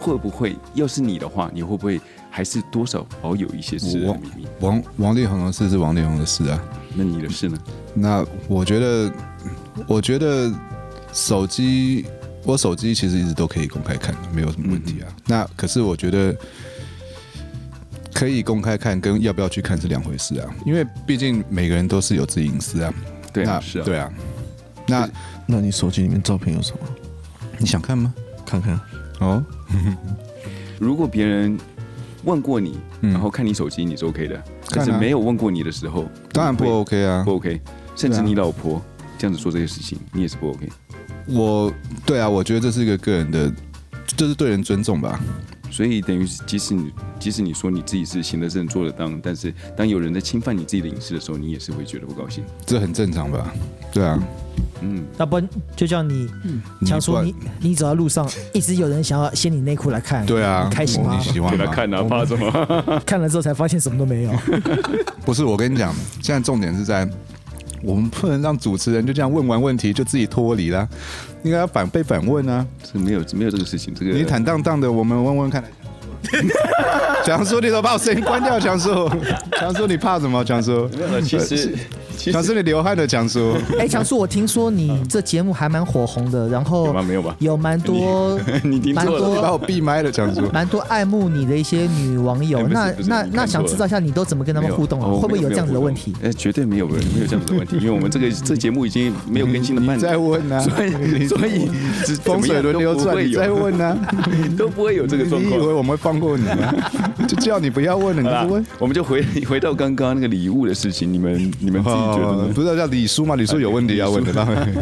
会不会要是你的话，你会不会还是多少保有一些私人秘密？ 王王力宏的事是王力宏的事啊， 那你的事呢？ 那我觉得，我觉得手机，我手机其实一直都可以公开看，没有什么问题啊。嗯、那可是我觉得。可以公开看跟要不要去看是两回事啊，因为毕竟每个人都是有自己隐私啊。 对啊，是啊， 对啊。那那你手机里面照片有什么？ 你想看吗？ 看看。 哦。 如果别人问过你，然后看你手机，你是 OK 的。嗯、但是没有问过你的时候， 当然不 OK 啊， 不 OK。甚至你老婆这样子做这些事情，你也是不 OK。 我，对啊，我觉得这是一个个人的，这是对人尊重吧。 所以等于即使你即使你说你自己是行得正坐得当，但是当有人在侵犯你自己的隐私的时候，你也是会觉得不高兴。 这很正常吧？对啊， 嗯，要不然就叫你强说你你走在路上，一直有人想要掀你内裤来看， 对啊， 你开心吗？ 你喜欢吗？ 给他看啊，怕什么？ 看了之后才发现什么都没有。 不是，我跟你讲，现在重点是在。我们不能让主持人就这样问完问题就自己脱离啦，应该要反被反问啊！ 这没有没有这个事情，这个你坦荡荡的，我们问问看。强叔，你怎么把我声音关掉？强叔，强叔，你怕什么？强叔， 没有，其实。 强叔，你流汗的强叔。 哎、欸，强叔，我听说你这节目还蛮火红的，然后有吗？没有吧？ 有蛮多， 你听错了， 你把我闭麦了，强叔。 蛮多爱慕你的一些女网友，欸、那那那想知道一下，你都怎么跟他们互动啊？会不会有这样子的问题？ 哎，绝对没有，没有这样子的问题，因为我们这个这节目已经没有更新了半年。 你在问啊？ 所以所以风水轮流转，你在问啊？ 都不会有这个状况。 你以为我们会放过你啊？就叫你不要问了，你不问。 我们就回回到刚刚那个礼物的事情，你们你们自己觉得呢？ 不是叫李叔吗？李叔有问题要问的，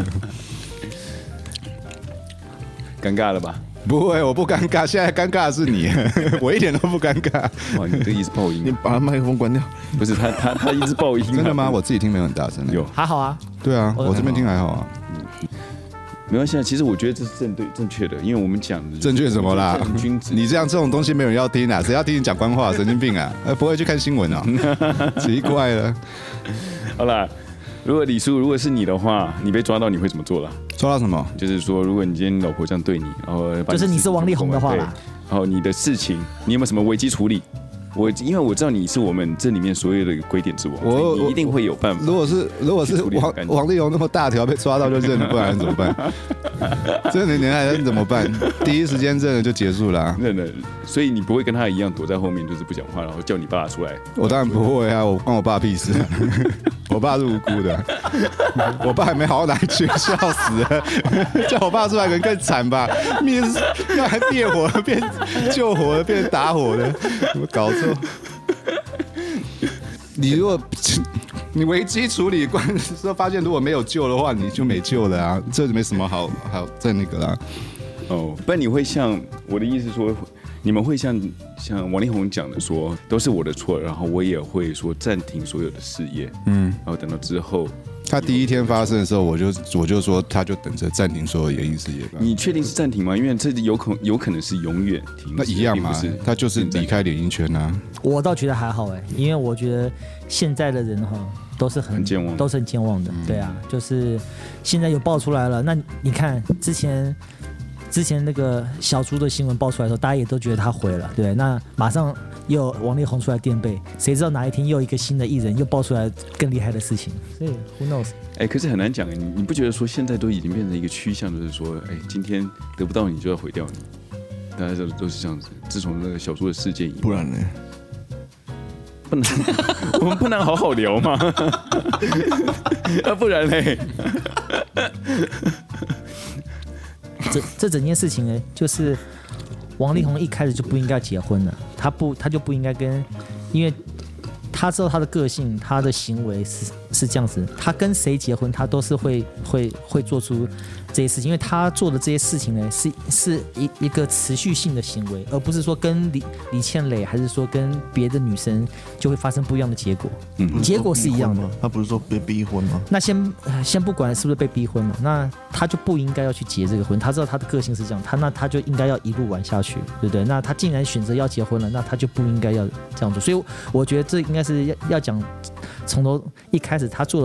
尴尬了吧？ 不会，我不尴尬。现在尴尬的是你，我一点都不尴尬。 哇，你这一直爆音， 你把麦克风关掉。 不是他，他他一直爆音， 真的吗？我自己听没有很大声。 有， 还好啊。 对啊，我这边听还好啊。 没关系，其实我觉得这是正对正确的，因为我们讲的正确什么啦？ 君子， 你这样这种东西没有人要听啊，谁要听你讲官话？神经病啊！不会去看新闻啊？奇怪了。 好啦。如果李叔，如果是你的话，你被抓到，你会怎么做啦？ 抓到什么？ 就是说，如果你今天老婆这样对你，然后就是你是王力宏的话啦， 然后你的事情，你有没有什么危机处理？我因为我知道你是我们这里面所有的鬼点之王，我你一定会有办法。 如果是如果是王王力宏那么大条被抓到就认了，不然怎么办？真的你还能怎么办？第一时间认了就结束了、啊。 认了，所以你不会跟他一样躲在后面，就是不讲话，然后叫你爸出来。 我当然不会啊，我关我爸屁事、啊。我爸是无辜的，我爸还没好好拿去，笑死了。叫我爸出来可能更惨吧？灭要还灭火变救火变打火的，怎么搞错？你如果你危机处理关之后发现如果没有救的话，你就没救了啊，这没什么好好在那个啦。 哦，不然你会像我的意思说，你们会像像王力宏讲的说，都是我的错，然后我也会说暂停所有的事业，嗯，然后等到之后。 他第一天发生的时候，我就我就说，他就等着暂停所有演艺事业吧。 你确定是暂停吗？因为这有可有可能是永远停。 那一样嘛，他就是离开演艺圈啊。 我倒觉得还好哎，因为我觉得现在的人哈都是很健忘， 都是很健忘的。嗯、对啊，就是现在有爆出来了，那你看之前之前那个小猪的新闻爆出来的时候，大家也都觉得他毁了，对，那马上又有王力宏出来垫背，谁知道哪一天又有一个新的艺人又爆出来更厉害的事情，所以 who knows？ 哎，可是很难讲，你你不觉得说现在都已经变成一个趋向，就是说，哎，今天得不到你就要毁掉你，大家都都是这样子。自从那个小猪的事件以后， 不然呢？ 不能，我们不能好好聊吗？啊，不然嘞？ 这这整件事情呢，就是王力宏一开始就不应该结婚了，他不他就不应该跟，因为他知道他的个性，他的行为是是这样子，他跟谁结婚，他都是会会会做出这些事情，因为他做的这些事情呢，是是一一个持续性的行为，而不是说跟李李倩蕾还是说跟别的女生就会发生不一样的结果，嗯，结果是一样的。 他不是说被逼婚吗？ 那先先不管是不是被逼婚嘛，那他就不应该要去结这个婚。他知道他的个性是这样，他那他就应该要一路玩下去，对不对？那他既然选择要结婚了，那他就不应该要这样做。所以我觉得这应该是要要讲从头一开始他做的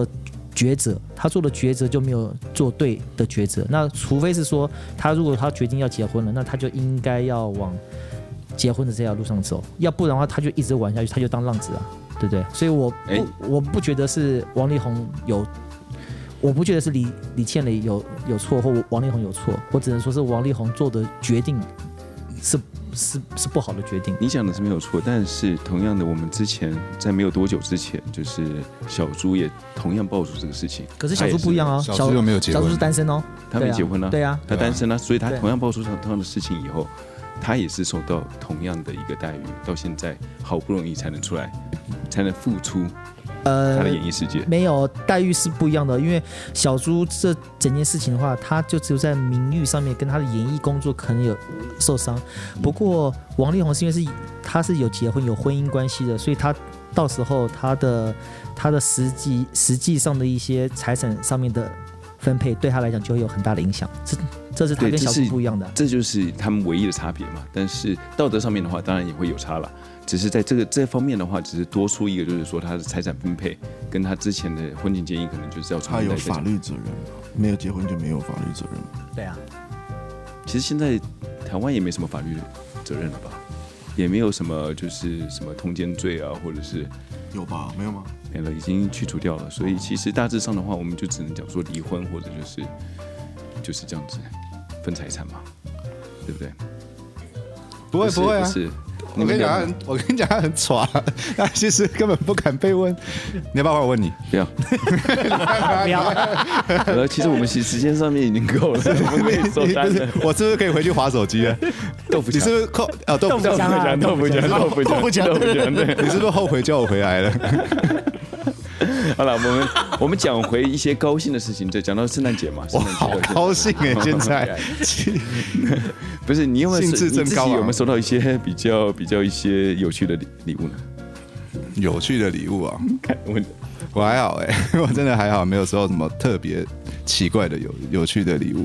抉择，他做的抉择就没有做对的抉择。那除非是说，他如果他决定要结婚了，那他就应该要往结婚的这条路上走，要不然的话，他就一直玩下去，他就当浪子啊，对不对？所以我不、欸、我不觉得是王力宏有，我不觉得是李李倩蕾有有错，或王力宏有错，我只能说是王力宏做的决定是。是是不好的决定。 你讲的是没有错，但是同样的，我们之前在没有多久之前，就是小猪也同样爆出这个事情。 可是小猪不一样啊， 小猪又没有结婚， 小猪是单身哦， 他没结婚啊， 对啊， 他单身啊，所以他同样爆出同样的事情以后，他也是受到同样的一个待遇，到现在好不容易才能出来，才能复出。呃，他的演艺世界没有待遇是不一样的，因为小猪这整件事情的话，他就只有在名誉上面跟他的演艺工作可能有受伤。不过王力宏是因为是他是有结婚有婚姻关系的，所以他到时候他的他的实际实际上的一些财产上面的分配，对他来讲就会有很大的影响。这这是他跟小猪不一样的， 这就是他们唯一的差别嘛。但是道德上面的话，当然也会有差了。只是在这个这方面的话，只是多出一个，就是说他的财产分配跟他之前的婚前协议可能就是要他有法律责任，没有结婚就没有法律责任。 对啊， 其实现在台湾也没什么法律责任了吧，也没有什么就是什么通奸罪啊，或者是有吧？没有吗？ 没了，已经去除掉了。所以其实大致上的话，我们就只能讲说离婚，或者就是就是这样子分财产嘛，对不对？ 不会不会啊， 不是。 我跟你讲，我跟你讲，他很耍，他其实根本不敢被问。你要不要我问你？ 不要， 不要。 呃，其实我们其实时间上面已经够了，我们可以收单了。 我是不是可以回去滑手机了？ 豆腐你是不是扣啊？豆腐浆， 豆腐浆，豆腐浆，豆腐浆，豆腐浆。对， 你是不是后悔叫我回来了？ 好了，我们我们讲回一些高兴的事情，就讲到圣诞节嘛。 我好高兴哎，现在不是你有没有兴致真高、啊？ 有没有收到一些比较比较一些有趣的礼物呢？ 有趣的礼物啊，我我还好哎、欸，我真的还好，没有收到什么特别奇怪的有有趣的礼物。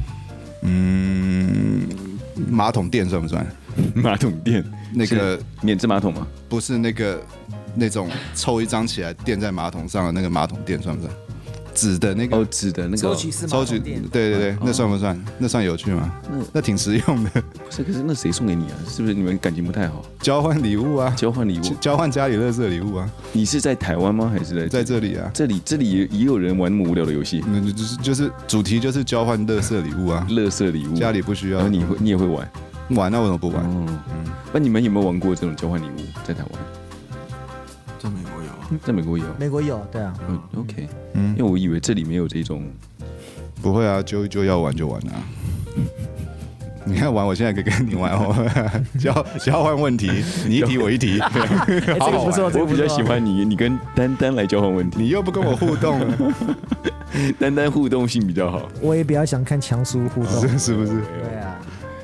嗯，马桶垫算不算？ 马桶垫那个免治马桶吗？ 不是那个。那种抽一张起来垫在马桶上的那个马桶垫算不算？纸的那个哦，纸的那个抽取式马桶垫， 对对对，哦、那算不算？那算有趣吗？那那挺实用的。 不是，可是那谁送给你啊？是不是你们感情不太好？ 交换礼物啊， 交换礼物， 交换家里垃圾礼物啊。 你是在台湾吗？还是在在这里啊？ 这里这里也也有人玩那么无聊的游戏？ 嗯，就是就是主题就是交换垃圾礼物啊， 垃圾礼物， 家里不需要。 然后你会你也会玩？ 玩那为什么不玩？ 嗯嗯。那你们有没有玩过这种交换礼物？在台湾？ 在美国有， 在美国有， 美国有，对啊。 嗯 ，OK， 嗯，因为我以为这里没有这种， 不会啊，就就要玩就玩啊。你要玩，我现在可以跟你玩哦，交交换问题，你一题我一题， 好好玩。 我比较喜欢你，你跟丹丹来交换问题， 你又不跟我互动， 丹丹互动性比较好。 我也比较想看强叔互动， 是是不是？ 对啊。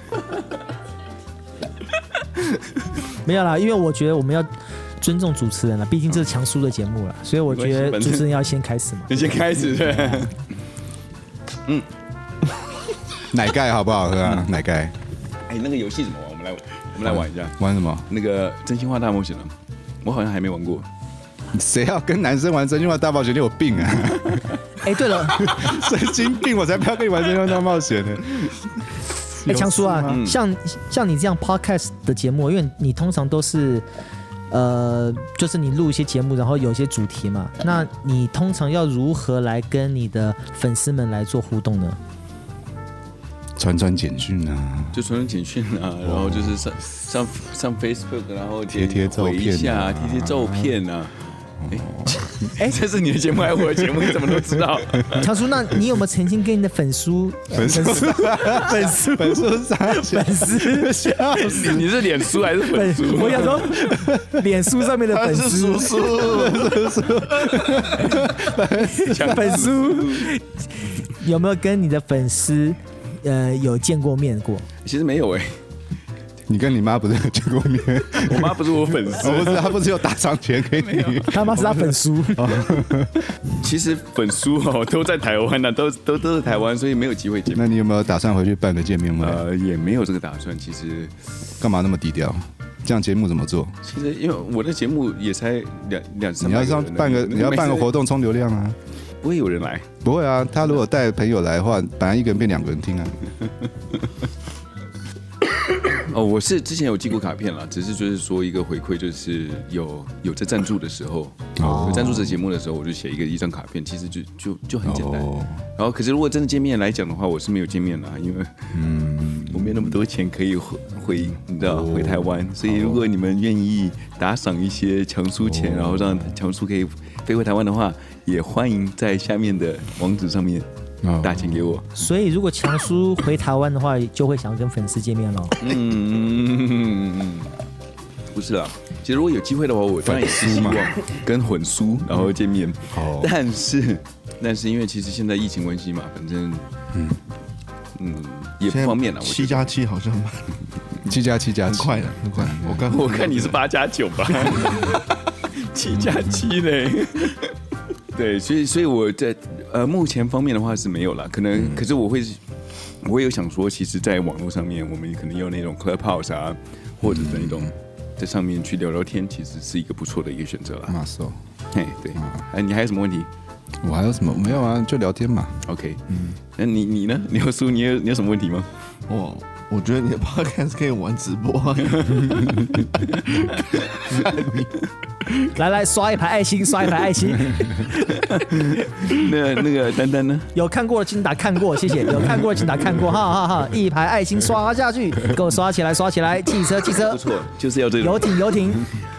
没有啦，因为我觉得我们要尊重主持人了，毕竟这是强叔的节目了，所以我觉得主持人要先开始嘛。 你先开始，对。嗯， 奶盖好不好喝啊？奶盖。 哎，那个游戏怎么玩？我们来，我们来玩一下。 玩什么？ 那个真心话大冒险了，我好像还没玩过。 谁要跟男生玩真心话大冒险？你有病啊！ 哎，对了， 神经病！我才不要跟你玩真心话大冒险呢。 哎，强叔啊，嗯、像像你这样 podcast 的节目，因为你通常都是，呃，就是你录一些节目，然后有一些主题嘛，那你通常要如何来跟你的粉丝们来做互动呢？ 传传简讯啊， 就传传简讯啊，然后就是上上上 Facebook， 然后贴贴照片啊，贴贴照片啊。哎，哎，这是你的节目还是我的节目？你怎么都知道？ 强叔，那你有没有曾经跟你的粉丝、 粉丝、 粉丝、 粉丝啥？ 粉丝笑死！ 你是脸书还是粉丝？ 我想说，脸书上面的粉丝，粉丝有没有跟你的粉丝呃有见过面过？ 其实没有哎。 你跟你妈不是有见过面？ 我妈不是我粉丝， 不是，她不是有打赏钱给你？ 他妈是他粉丝。 其实粉丝哦都在台湾呢，都都都是台湾，所以没有机会见面。 那你有没有打算回去办个见面会？ 呃，也没有这个打算。其实干嘛那么低调？这样节目怎么做？ 其实因为我的节目也才两两三， 你要上办个你要办个活动充流量啊。 不会有人来？ 不会啊，他如果带朋友来的话，本来一个人变两个人听啊。 哦，我是之前有寄过卡片了，只是就是说一个回馈，就是有有在赞助的时候，哦、有赞助这节目的时候，我就写一个一张卡片，其实就就就很简单。哦、然后，可是如果真的见面来讲的话，我是没有见面啦，因为嗯，我没有那么多钱可以回回，你知道、哦、回台湾，所以如果你们愿意打赏一些强叔钱，哦、然后让强叔可以飞回台湾的话，也欢迎在下面的网址上面。打钱给我， 所以如果强叔回台湾的话，就会想要跟粉丝见面咯。 嗯，不是啦，其实如果有机会的话，我当然也是希望跟混叔然后见面。嗯、但是但是因为其实现在疫情关系嘛，反正嗯嗯也不方便了。 七加七好像蛮七加七加很快的，很快。 我刚我看你是八加九吧，七加七嘞。对，所以所以我在呃目前方面的话是没有啦，可能、嗯、可是我会我会有想说，其实，在网络上面，我们可能有那种 Clubhouse 啊，或者是那种在上面去聊聊天，其实是一个不错的一个选择啦。 马索， 哎对，哎、啊、你还有什么问题？ 我还有什么？没有啊，就聊天嘛。 OK， 嗯，那你你呢？你有书，你有你有什么问题吗？ 哦，我觉得你的 podcast 可以玩直播、啊。 来来，刷一排爱心，刷一排爱心。 那那个丹丹呢？ 有看过的请打看过，谢谢。有看过的请打看过，哈哈哈！一排爱心刷下去，给我刷起来，刷起来！汽车，汽车， 不错，就是要这个。 游艇，游艇。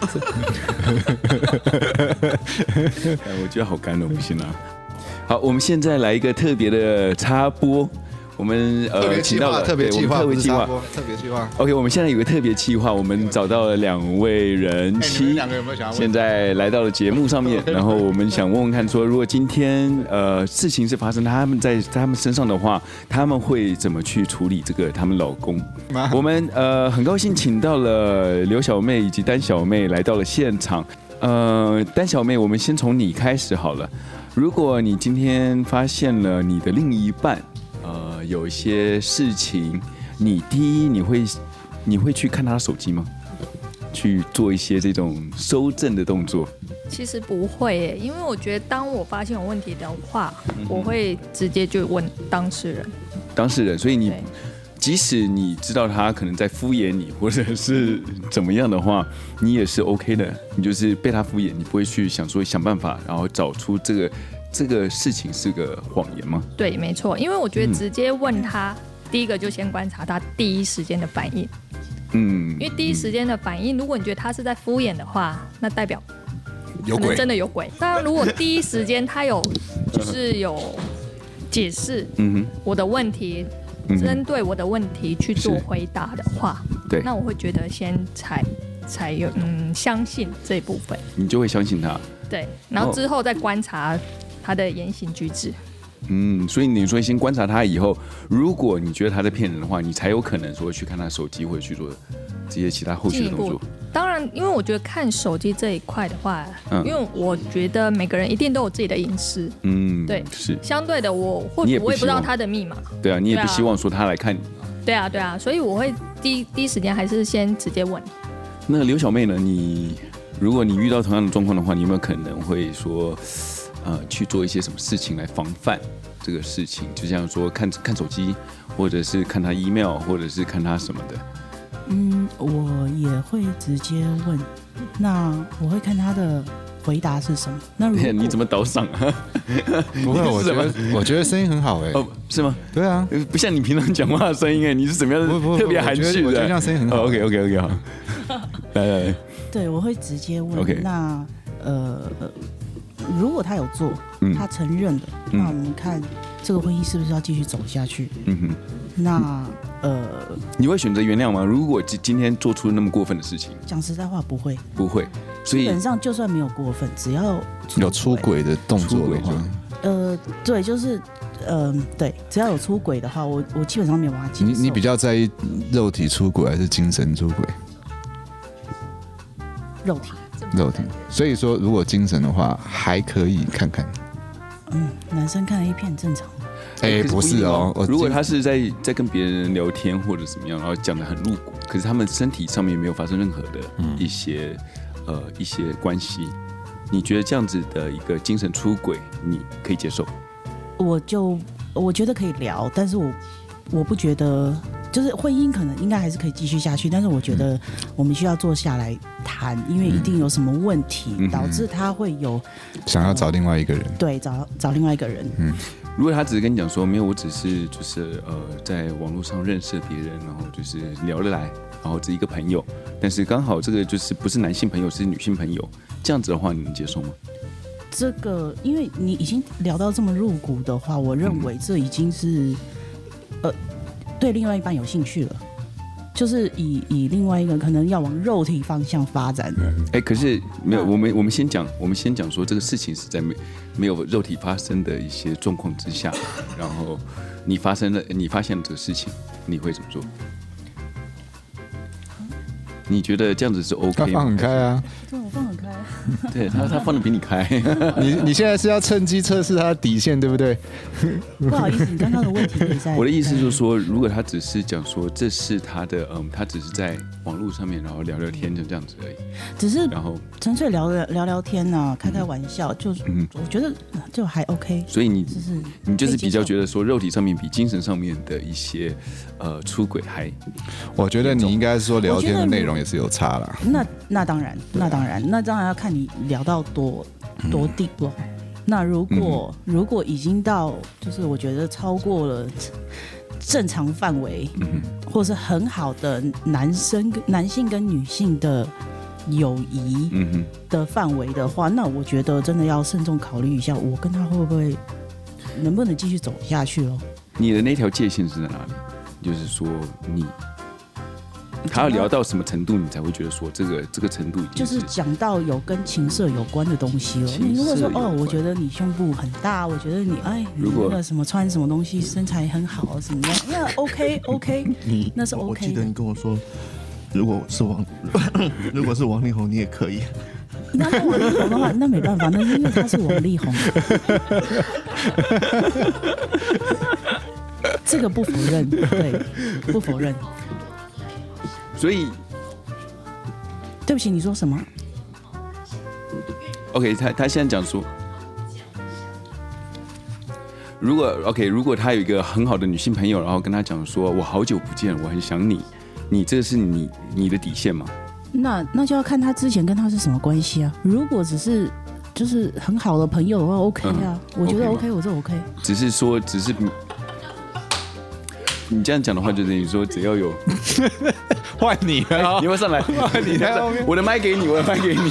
我觉得好干哦，不行啊。好，我们现在来一个特别的插播。我们呃请到了特别计划， 特别计划， 特别计划。 OK， 我们现在有个特别计划，我们找到了两位人妻， 两个有没有想要问？ 现在来到了节目上面，然后我们想问问看，说如果今天呃事情是发生他们在他们身上的话，他们会怎么去处理这个他们老公？我们呃很高兴请到了刘小妹以及丹小妹来到了现场。呃，丹小妹，我们先从你开始好了。如果你今天发现了你的另一半，呃，有一些事情，你第一你会你会去看他的手机吗？去做一些这种搜证的动作？ 其实不会耶，因为我觉得当我发现有问题的话，嗯、我会直接就问当事人。 当事人，所以你即使你知道他可能在敷衍你，或者是怎么样的话，你也是 OK 的。你就是被他敷衍，你不会去想说想办法，然后找出这个。这个事情是个谎言吗？ 对，没错，因为我觉得直接问他，嗯、第一个就先观察他第一时间的反应。嗯，因为第一时间的反应，如果你觉得他是在敷衍的话，那代表可能真的有鬼。当然，如果第一时间他有就是有解释我的问题，嗯、针对我的问题去做回答的话， 对， 那我会觉得先采采用嗯相信这一部分， 你就会相信他。 对，然后之后再观察。他的言行举止， 嗯，所以你说先观察他以后，如果你觉得他在骗人的话，你才有可能说去看他手机或者去做这些其他后续的动作。 当然，因为我觉得看手机这一块的话，嗯、因为我觉得每个人一定都有自己的隐私，嗯，对， 是相对的我，或许我也不知道他的密码， 对啊，你也不希望说他来看你， 对啊，对啊，所以我会第一第一时间还是先直接问。 那刘小妹呢？你如果你遇到同样的状况的话，你有没有可能会说？呃，去做一些什么事情来防范这个事情？就像说看看手机，或者是看他 email， 或者是看他什么的。 嗯，我也会直接问，那我会看他的回答是什么。那如果你怎么倒嗓啊？ 不会，我觉得我觉得声音很好哎、欸。哦， 是吗？ 对啊， 不像你平常讲话的声音哎、欸，你是怎么样的特别含蓄的？ 我觉得这样声音很好。 哦、OK OK OK 好。来来来， 对，我会直接问。 Okay. 那呃。如果他有做，他承认了，嗯、那我们看这个婚姻是不是要继续走下去？嗯哼，那呃， 你会选择原谅吗？如果今天做出那么过分的事情， 讲实在话，不会， 不会。所以基本上就算没有过分，只要有出轨的动作的话， 呃，对，就是呃，对，只要有出轨的话，我我基本上没有办法接受。 你你比较在意肉体出轨还是精神出轨？ 肉体。 肉体，所以说如果精神的话，还可以看看。 嗯，男生看 A 片正常。 哎、欸，不是哦， 如果他是在在跟别人聊天或者怎么样，然后讲得很露骨，可是他们身体上面没有发生任何的一些、嗯、呃一些关系， 你觉得这样子的一个精神出轨，你可以接受？ 我就我觉得可以聊，但是我我不觉得，就是婚姻可能应该还是可以继续下去，但是我觉得我们需要坐下来谈，因为一定有什么问题、嗯、导致他会有想要找另外一个人， 呃、对，找找另外一个人。 嗯，如果他只是跟你讲说没有，我只是就是呃在网络上认识别人，然后就是聊得来，然后只是一个朋友，但是刚好这个就是不是男性朋友，是女性朋友，这样子的话，你能接受吗？ 这个，因为你已经聊到这么入骨的话，我认为这已经是，呃，对另外一半有兴趣了，就是以以另外一个可能要往肉体方向发展的。 哎、欸，可是没有，我们我们先讲，我们先讲说这个事情是在没没有肉体发生的一些状况之下，然后你发生了，你发现了这个事情，你会怎么做？你觉得这样子是 OK 吗？ 他放很开啊， 对，我放很开。 对他，他放的比你开。 你你现在是要趁机测试他的底线，对不对？ 不好意思，你刚刚的问题可以再。 我的意思就是说，如果他只是讲说这是他的，嗯，他只是在网络上面然后聊聊天，就这样子而已。 只是然后纯粹聊聊聊天呢、啊，开开玩笑，就、嗯、我觉得就还 OK。 所以你就是你就是比较觉得说，肉体上面比精神上面的一些呃出轨还， 我觉得你应该是说聊天的内容也是有差啦。 那那当然，那当然，那当然要看你聊到多多 deep 了。那如果、嗯、如果已经到就是我觉得超过了正常范围，嗯、或是很好的男生男性跟女性的友谊的范围的话，那我觉得真的要慎重考虑一下，我跟他会不会能不能继续走下去咯。 你的那条界限是在哪里？就是说你。他要聊到什么程度，你才会觉得说这个这个程度已经是就是讲到有跟情色有关的东西了。你如果说哦，我觉得你胸部很大，我觉得你哎，你那个什么穿什么东西身材很好什么的，那 OK OK， 那是 OK。 我记得你跟我说，如果是王，如果是王力宏，你也可以。 那那王力宏的话，那没办法，那是因为他是王力宏。这个不否认，对，不否认。 所以， 对不起，你说什么 ？OK， 他他现在讲说，如果 OK， 如果他有一个很好的女性朋友，然后跟他讲说，我好久不见，我很想你，你这是你你的底线吗？ 那那就要看他之前跟他是什么关系啊。如果只是就是很好的朋友的话 ，OK 啊，嗯、我觉得 OK， 我这 OK。 只是说，只是你这样讲的话，就等于说只要有。 换你了、哦， 你会上来？ 换你在后面， 我的麦给你，我的麦给你。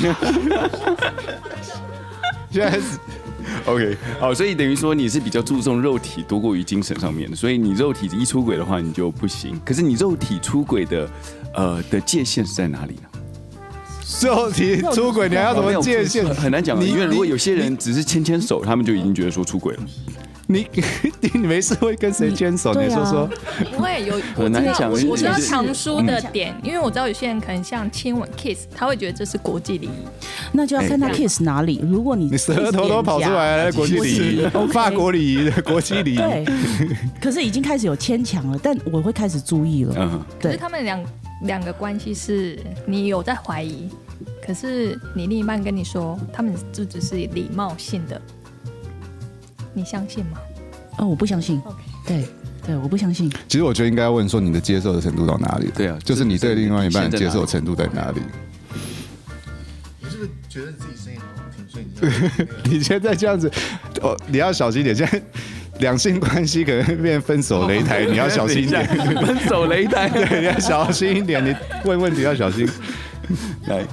现在是 OK， 好，所以等于说你是比较注重肉体多过于精神上面的，所以你肉体一出轨的话，你就不行。可是你肉体出轨的呃的界限是在哪里呢？ 肉体出轨你还要怎么界限？ 很难讲，因为如果有些人只是牵牵手，他们就已经觉得说出轨了。 你你没事会跟谁牵手？你说说， 不会有很难讲。 我知道常说的点，因为我知道有些人可能像亲吻 kiss， 他会觉得这是国际礼仪， 那就要看他 kiss 哪里。如果你你舌头都跑出来了，国际礼仪，法国礼仪的国际礼仪。 对，可是已经开始有牵强了，但我会开始注意了。 嗯， 可是他们两两个关系是你有在怀疑，可是你另一半跟你说，他们就只是礼貌性的。你相信吗？ 哦，我不相信。Okay. 对对，我不相信。 其实我觉得应该问说你的接受的程度到哪里？ 对啊， 就是你对另外一半的接受程度在哪里？ 你是不是觉得自己声音好听，所以你你现在这样子，哦，你要小心点。现在两性关系可能变分手擂台，你要小心一点。 分手擂台， 对，你要小心一点。你问问题要小心。来。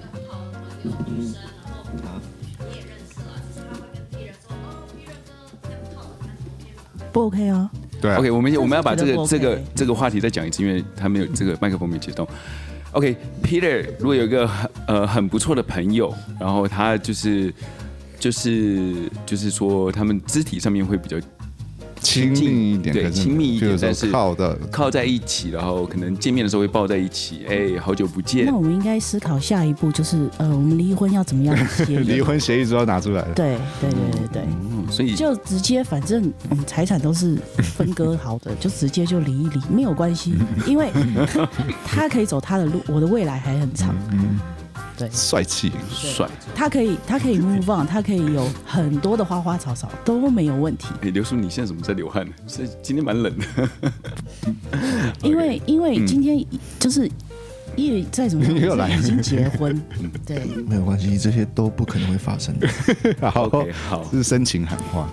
不 OK 啊？ 对啊 ，OK， 我们我们要把这个这个这个话题再讲一次，因为他没有这个麦克风没接动。OK，Peter， 如果有一个呃很不错的朋友，然后他就是就是就是说他们肢体上面会比较亲密一点， 对，亲密一点，但是靠的靠在一起，然后可能见面的时候会抱在一起，哎，好久不见。 那我们应该思考下一步，就是呃，我们离婚要怎么样协议？ 离婚协议书要拿出来了。 对对对对对， 嗯，所以就直接反正嗯财产都是分割好的，就直接就离一离，没有关系，因为他可以走他的路，我的未来还很长。 对， 帅气帅， 他可以他可以 move on， 他可以有很多的花花草草都没有问题。 哎，刘叔，你现在怎么在流汗呢？是今天蛮冷的。 因为因为今天就是因为再怎么样已经结婚，对， 没有关系，这些都不可能会发生的。 好， okay, 好，这是深情喊话。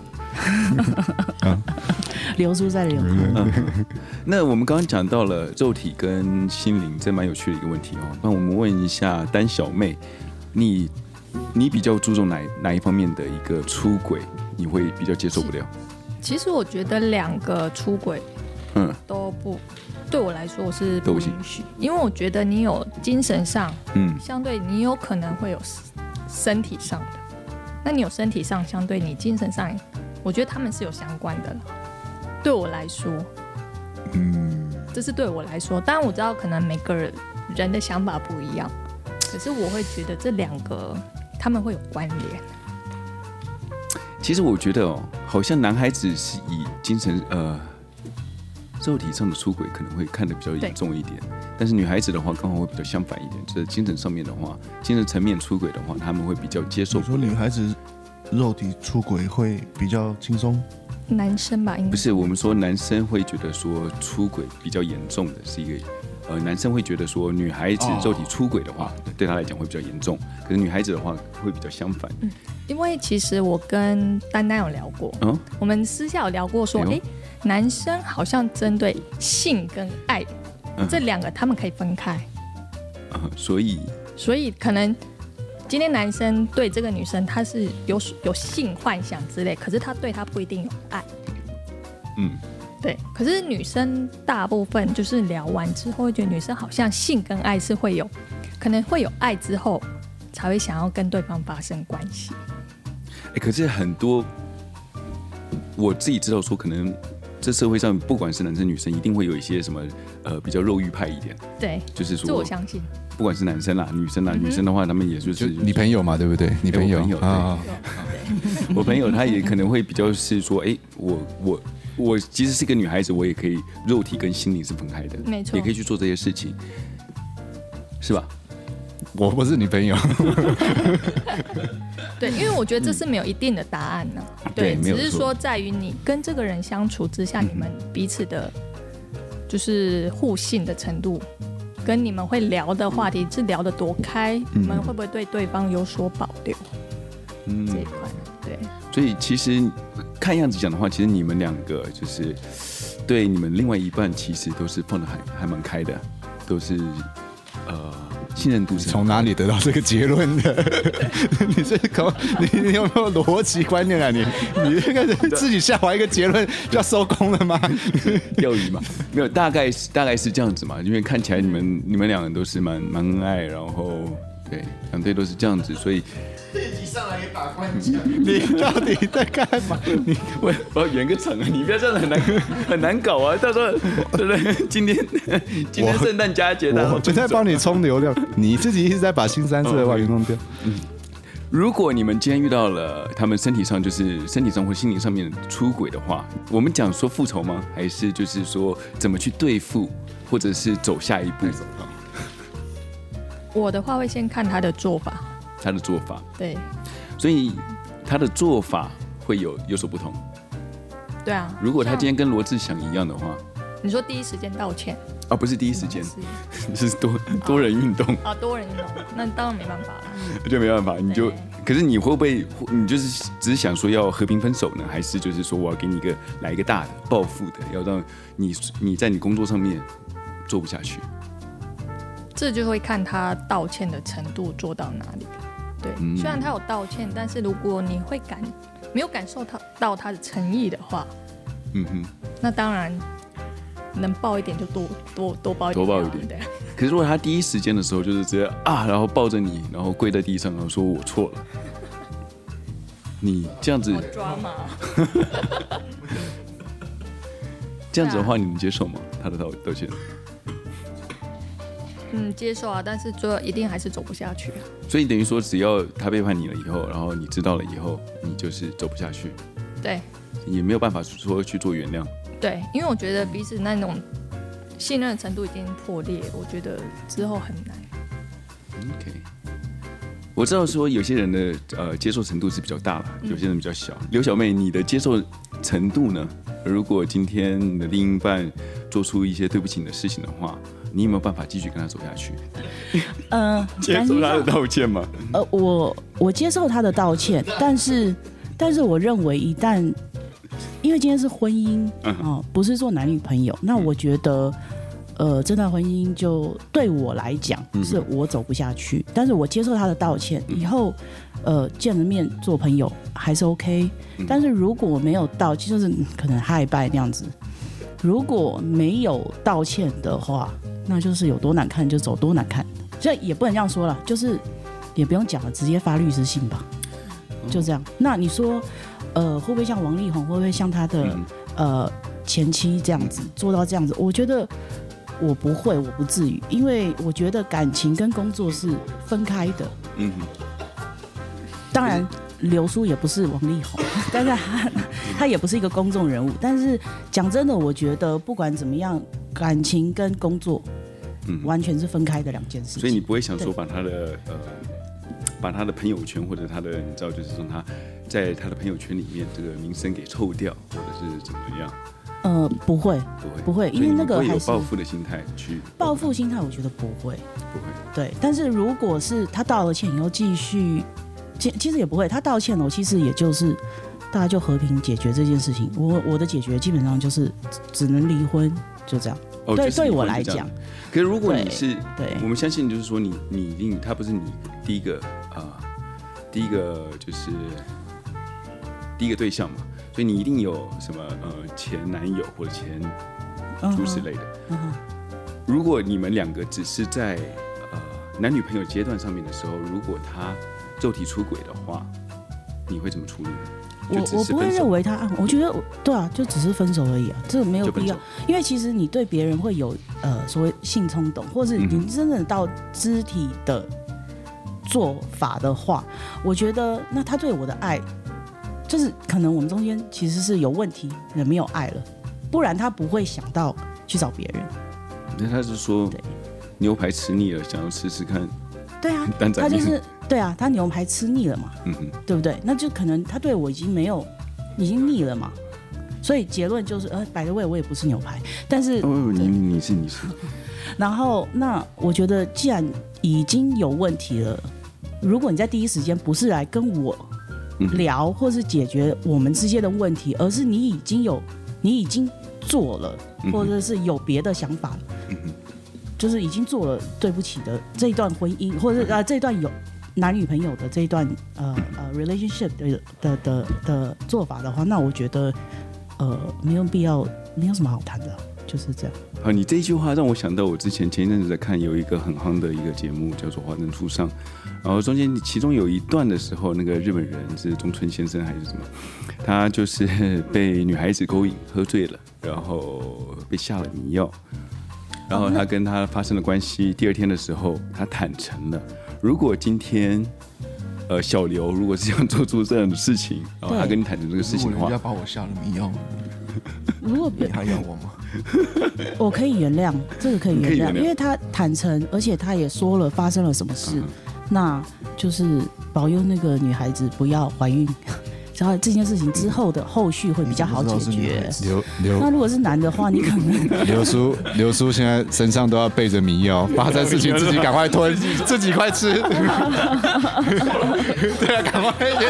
流苏在流汗。 那我们刚刚讲到了肉体跟心灵，这蛮有趣的一个问题哦。那我们问一下丹小妹，你你比较注重哪哪一方面的一个出轨，你会比较接受不了？ 其实我觉得两个出轨，嗯，都不对我来说我是不允许，因为我觉得你有精神上，嗯，相对你有可能会有身体上的，那你有身体上，相对你精神上，我觉得他们是有相关的了。对我来说，嗯，这是对我来说，当然我知道可能每个人的想法不一样，可是我会觉得这两个他们会有关联。 其实我觉得哦，好像男孩子是以精神呃肉体上的出轨可能会看得比较严重一点，但是女孩子的话刚好会比较相反一点，就是精神上面的话，精神层面出轨的话，他们会比较接受。 你说女孩子肉体出轨会比较轻松？ 男生吧，应该不是。我们说男生会觉得说出轨比较严重的是一个，呃，男生会觉得说女孩子肉体出轨的话，哦、对他来讲会比较严重，可是女孩子的话会比较相反。嗯， 因为其实我跟丹丹有聊过，嗯，我们私下有聊过说，哎、欸，男生好像针对性跟爱、嗯、这两个他们可以分开， 嗯，所以所以可能。今天男生对这个女生他是有有性幻想之类，可是他对她不一定有爱。嗯，对。可是女生大部分就是聊完之后，会觉得女生好像性跟爱是会有，可能会有爱之后才会想要跟对方发生关系。 欸，可是很多我自己知道说，可能这社会上不管是男生女生，一定会有一些什么呃比较肉欲派一点。 对， 就是说， 这我相信。 不管是男生啦、女生啦，嗯、女生的话，他们也就是、就是、 你朋友嘛，对不对？你朋友， 朋友啊，我朋友他也可能会比较是说，哎、欸，我我我其实是个女孩子，我也可以肉体跟心灵是分开的， 没错， 也可以去做这些事情，是吧？ 我不是你朋友。 对，因为我觉得这是没有一定的答案呢、啊。对，只是说在于你跟这个人相处之下，嗯、你们彼此的，就是互信的程度。跟你们会聊的话题是聊得多开，嗯、你们会不会对对方有所保留？嗯，这一块对。 所以其实看样子讲的话，其实你们两个就是对你们另外一半，其实都是放得还还蛮开的，都是呃信任度是。 从哪里得到这个结论的？你这搞你你有没有逻辑观念啊？你你这个自己下完一个结论就要收工了吗？ 钓鱼嘛，没有，大概是大概是这样子嘛，因为看起来你们你们两个都是蛮蛮恩爱，然后对两队都是这样子，所以这一集上来也把关讲， 你到底在干嘛？你我我要圆个场啊！你不要这样很难很难搞啊！到时候对不对？今天今天圣诞佳节， 我就在帮你冲流量，你自己一直在把新三色的外援弄掉。嗯。 如果你们今天遇到了他们身体上就是身体上或心灵上面出轨的话，我们讲说复仇吗？还是就是说怎么去对付，或者是走下一步？ 我的话会先看他的做法。 他的做法， 对， 所以他的做法会有有所不同。 对啊， 如果他今天跟罗志祥一样的话， 你说第一时间道歉啊，不是第一时间，是多多人运动啊，多人运动，那当然没办法了， 就没办法，你就，可是你会不会，你就是只是想说要和平分手呢，还是就是说我要给你一个来一个大的报复的，要让你你在你工作上面做不下去？ 这就会看他道歉的程度做到哪里。对，嗯、虽然他有道歉，但是如果你会感没有感受到到他的诚意的话，嗯哼，那当然能抱一点就多多多抱一点， 多抱一点。对。可是如果他第一时间的时候就是直接啊，然后抱着你，然后跪在地上，然后说我错了，你这样子， 好抓嘛？ 这样子的话，你能接受吗？他的道道歉？ 嗯，接受啊，但是最后一定还是走不下去啊。 所以等于说，只要他背叛你了以后，然后你知道了以后，你就是走不下去。 对。 也没有办法说去做原谅。 对，因为我觉得彼此那种信任的程度已经破裂，我觉得之后很难。 OK。 我知道说有些人的呃接受程度是比较大了，有些人比较小。刘小妹，你的接受程度呢？如果今天你的另一半做出一些对不起你的事情的话，你有没有办法继续跟他走下去？ 呃， 接受他的道歉吗？ 呃，我我接受他的道歉，但是但是我认为一旦因为今天是婚姻哦，不是做男女朋友，那我觉得。呃，这段婚姻就对我来讲是我走不下去，嗯、但是我接受他的道歉，以后呃见了面做朋友还是 OK，嗯、但是如果没有道歉，就是可能嗨拜那样子，如果没有道歉的话，那就是有多难看就走多难看，所以也不能这样说了，就是也不用讲了，直接发律师信吧，就这样。那你说，呃，会不会像王力宏，会不会像他的、嗯、呃前妻这样子做到这样子？我觉得。我不会，我不至于，因为我觉得感情跟工作是分开的。嗯，当然刘叔也不是王力宏，但是他他也不是一个公众人物。但是讲真的，我觉得不管怎么样，感情跟工作，嗯，完全是分开的两件事情。 所以你不会想说把他的呃，把他的朋友圈或者他的你知道，就是说他在他的朋友圈里面这个名声给臭掉，或者是怎么样？ 呃，不会， 不会， 不会，因为那个还是报复的心态去报复心态，我觉得不会， 不会， 对。但是如果是他道了歉以后继续，其其实也不会，他道歉了，其实也就是大家就和平解决这件事情。我我的解决基本上就是只能离婚，就这样。 哦、 对， 就是对我来讲。 可是如果你是， 对， 我们相信就是说你你一定他不是你第一个啊、呃，第一个就是第一个对象嘛。所以你一定有什么呃前男友或者前诸之类的。Uh-huh. Uh-huh. 如果你们两个只是在呃男女朋友阶段上面的时候，如果他肉体出轨的话，你会怎么处理呢？ 我我不会认为他，我觉得对啊，就只是分手而已啊，这个没有必要。因为其实你对别人会有呃所谓性冲动，或是你真正到肢体的做法的话，嗯、我觉得那他对我的爱。就是可能我们中间其实是有问题，也没有爱了，不然他不会想到去找别人。 那他是说牛排吃腻了，想要吃吃看。 对啊，他就是对啊，他牛排吃腻了嘛，嗯哼，对不对？那就可能他对我已经没有，已经腻了嘛。所以结论就是，呃，by the way，我也不是牛排，但是哦，你你是你是。 然后那我觉得，既然已经有问题了，如果你在第一时间不是来跟我。聊或是解决我们之间的问题，而是你已经有你已经做了，或者是有别的想法了，嗯、就是已经做了对不起的这一段婚姻，或者啊这一段有男女朋友的这一段呃呃 relationship 的的的的做法的话，那我觉得呃没有必要，没有什么好谈的，就是这样。 好，你这一句话让我想到我之前前一阵子在看有一个很夯的一个节目叫做《华灯初上》。然后中间其中有一段的时候，那个日本人是中村先生还是什么，他就是被女孩子勾引，喝醉了，然后被下了迷药，然后他跟他发生了关系。第二天的时候，他坦诚了。如果今天，呃，小刘如果是想做出这样的事情，然后他跟你坦诚这个事情的话， 如果人家把我下了迷药， 如果你还要我吗？ 我可以原谅，这个可以原谅，因为他坦诚，而且他也说了发生了什么事。嗯，那就是保佑那个女孩子不要怀孕，然后这件事情之后的后续会比较好解决。 刘刘， 那如果是男的话，你可能刘叔刘叔现在身上都要备着迷药，发生事情自己赶快吞，自己快吃。对啊，赶快先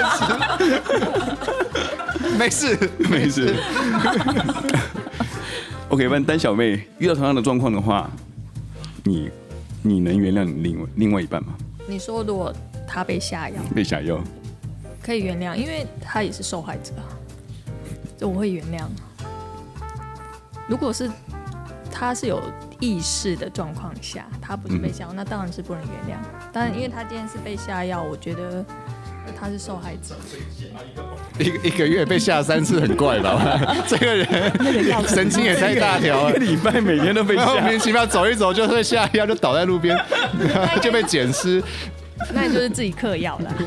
吃。没事没事。OK， 问丹小妹遇到同样的状况的话，你你能原谅你另外另外一半吗？ 你说如果他被下药， 被下药可以原谅，因为他也是受害者，这我会原谅。如果是他是有意识的状况下，他不是被下药，嗯、那当然是不能原谅。当然，因为他今天是被下药，我觉得他是受害者。 一个一个月被下三次很怪吧？这个人神经也太大条了， 一个礼拜每天都被下， 莫名其妙走一走就会下药，就倒在路边，就被捡尸。 那你就是自己嗑药了，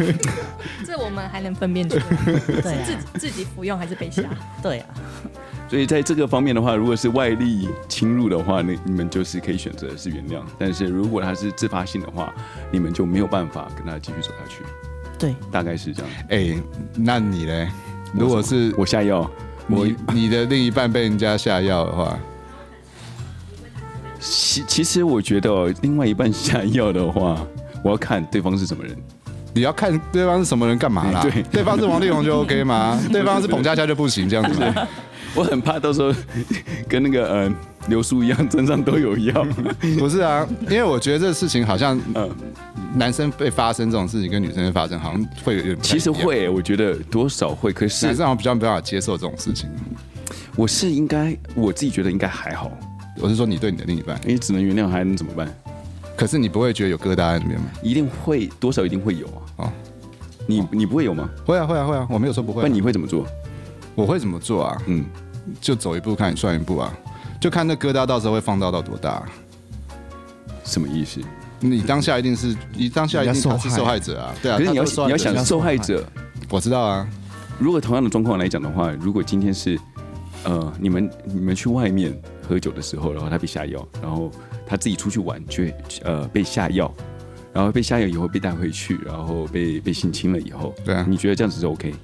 这我们还能分辨出来， 对啊， 自己自己服用还是被下？ 对啊。 所所以在这个方面的话，如果是外力侵入的话，那你们就是可以选择是原谅；但是如果他是自发性的话，你们就没有办法跟他继续走下去。 对， 大概是这样。 哎、欸，那你嘞？如果是我下药， 你你的另一半被人家下药的话， 其其实我觉得、哦，另外一半下药的话，我要看对方是什么人。 你要看对方是什么人干嘛啦？ 对， 对方是王力宏就 OK 吗？对方是彭佳佳就不行，这样子吗？ 我很怕到时候跟那个呃刘叔一样，身上都有药。 不是啊，因为我觉得这个事情好像，呃，男生被发生这种事情跟女生发生好像会有点， 其实会，我觉得多少会，可是男生好像比较没办法接受这种事情。 我是应该，我自己觉得应该还好。 我是说你对你的另一半， 你只能原谅，还能怎么办？ 可是你不会觉得有疙瘩在里面吗？ 一定会，多少一定会有啊。哦，你你不会有吗？ 会啊会啊会啊，我没有说不会、啊。 那你会怎么做？ 我会怎么做啊？嗯，就走一步看算一步啊，就看那疙瘩到时候会放大到多大、啊。 什么意思？ 你当下一定是，你当下一定他是受害者啊，对啊。 可是你要你要想受害者， 我知道啊。 如果同样的状况来讲的话，如果今天是呃你们你们去外面喝酒的时候，然后他被下药，然后他自己出去玩，却呃被下药，然后被下药以后被带回去，然后被被性侵了以后， 对啊， 你觉得这样子是 OK？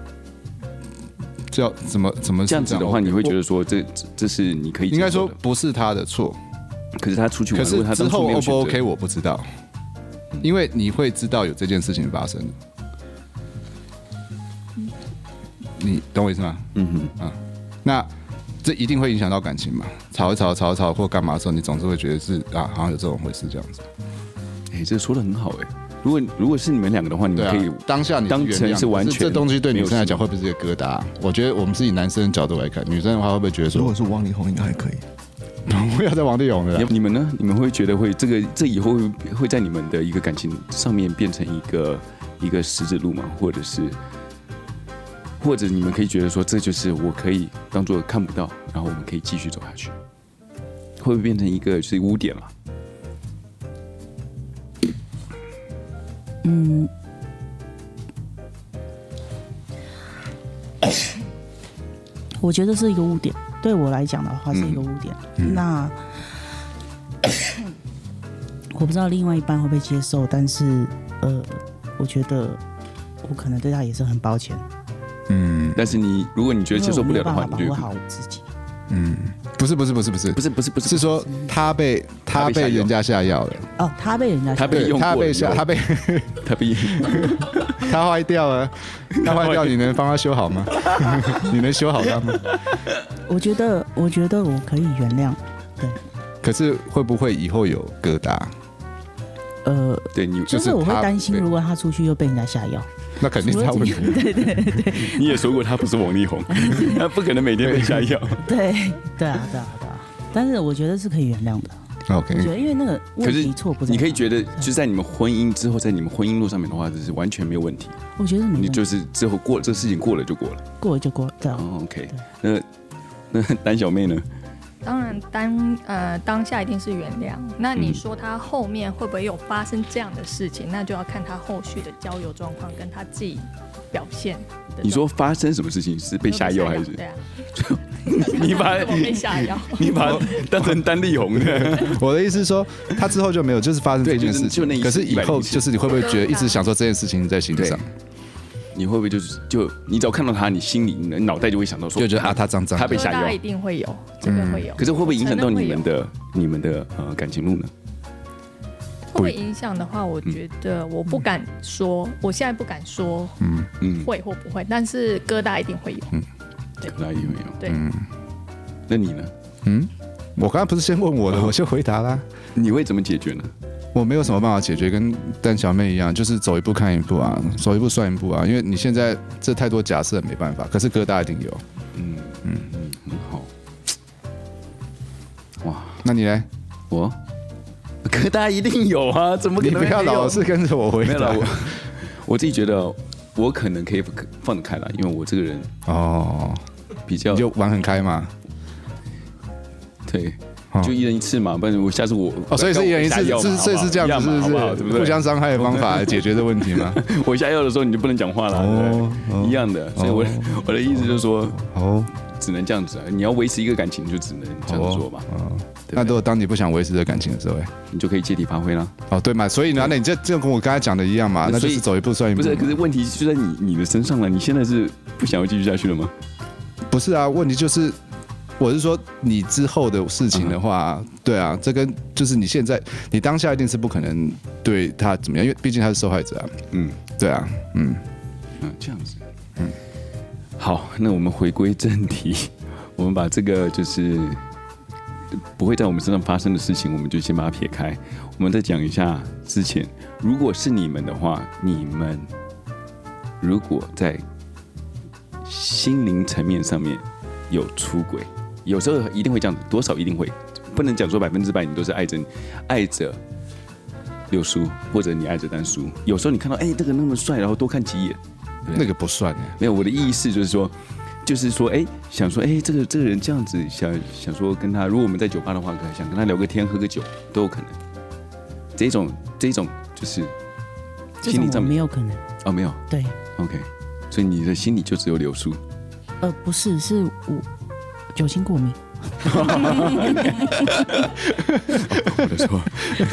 这要怎么怎么这样子的话，你会觉得说这这是你可以应该说不是他的错， 可是他出去玩， 可是之后 O 不 OK 我不知道， 嗯、 因为你会知道有这件事情发生，你懂我意思吗？嗯哼啊，那这一定会影响到感情嘛？吵一吵吵一吵或干嘛的时候，你总是会觉得是啊，好像有这种回事这样子。 哎、欸，这说得很好哎、欸。如果如果是你们两个的话，你们可以、 啊、当下你当成是完全这东西对女生来讲会不会是一个疙瘩？我觉得我们是以男生的角度来看，女生的话会不会觉得说， 如果是王力宏应该还可以。 不要再王力宏了。 你们呢？你们会觉得会这个这以后会会在你们的一个感情上面变成一个一个十字路吗？或者是或者你们可以觉得说，这就是我可以当做看不到，然后我们可以继续走下去，会不会变成一个是污点了？ 嗯，我觉得是一个污点。对我来讲的话，是一个污点。嗯、那我不知道另外一半会不会接受，但是呃，我觉得我可能对他也是很抱歉。 嗯，但是你如果你觉得接受不了的话， 你就保护好自己。 嗯，不是不是不是不是不是不是不是， 是说他被他被人家下药了。 哦，他被人家他被用过， 他被下他被他被他坏掉了，他坏掉，你能帮他修好吗？你能修好他吗？ 我觉得我觉得我可以原谅，对。 可是会不会以后有疙瘩？ 呃， 对你就是我会担心，如果他出去又被人家下药。 那肯定是他问题。 对对对， 你也说过他不是王力宏，他不可能每天被下药。 对对啊对啊对啊，但是我觉得是可以原谅的。 OK， 我觉得因为那个问题错不在。 你可以觉得，就是在你们婚姻之后，在你们婚姻路上面的话，这是完全没有问题。 我觉得没问题。 你就是之后过了这个事情过了就过了， 过了就过了。对啊。 哦 OK， 那那丹小妹呢？ 当然当呃当下一定是原谅。那你说他后面会不会有发生这样的事情？那就要看他后续的交友状况跟他自己表现。 你说发生什么事情？是被下药还是？ 对啊。 你把被下药， 你把当成丹力宏的。 我的意思是说，他之后就没有，就是发生这件事情。可是以后就是你会不会觉得一直想说这件事情在心上？ 你会不会就是就你只要看到他，你心里你的脑袋就会想到说， 就觉得啊他脏脏， 他被下药， 一定会有，这个会有。 可是会不会影响到你们的你们的呃感情路呢？ 会不会影响的话，我觉得我不敢说，我现在不敢说，嗯嗯，会或不会，但是疙瘩一定会有，嗯， 疙瘩一定会有， 对。 那你呢？ 嗯，我刚刚不是先问我的，我就回答啦。 你会怎么解决呢？ 我没有什么办法解决，跟丹小妹一样，就是走一步看一步啊，走一步算一步啊。因为你现在这太多假设没办法，可是疙瘩一定有。嗯嗯嗯，很好。哇， 那你呢？ 我疙瘩一定有啊，怎么可能没有？ 你不要老是跟着我回答。 我我自己觉得我可能可以放得开了，因为我这个人哦比较你就玩很开嘛。 对。就一人一次嘛，不然我下次我哦，所以是一人一次，是所以是这样子，是不是？对不对？互相伤害的方法来解决这问题吗？ 我下药的时候你就不能讲话了，哦，一样的。所以我我的意思就是说，哦， 只能这样子啊。你要维持一个感情，就只能这样做吧。 哦哦、那如果当你不想维持这感情的时候， 你就可以借题发挥啦。 哦，对嘛，所以呢，那你这这跟我刚才讲的一样嘛，那就是走一步算一步。 不是，可是问题就在你你的身上了。你现在是不想要继续下去了吗？ 不是啊，问题就是。我是说，你之后的事情的话，嗯、对啊，这跟就是你现在，你当下一定是不可能对他怎么样，因为毕竟他是受害者啊。嗯，对啊，嗯， 嗯，这样子，嗯，好，那我们回归正题，我们把这个就是不会在我们身上发生的事情，我们就先把它撇开。我们再讲一下之前，如果是你们的话，你们如果在心灵层面上面有出轨。有时候一定会这样子，多少一定会，不能讲说百分之百你都是爱着爱着六叔，或者你爱着丹叔。有时候你看到哎、欸、这个那么帅，然后多看几眼， 那个不算。 没有，我的意思就是说，就是说哎、欸、想说哎、欸、这个这个人这样子，想想说跟他，如果我们在酒吧的话，想跟他聊个天喝个酒都有可能。这种这种就是心理上没有可能哦，没有对 ，OK， 所以你的心里就只有刘叔。 呃，不是，是我。酒精过敏， 我的错。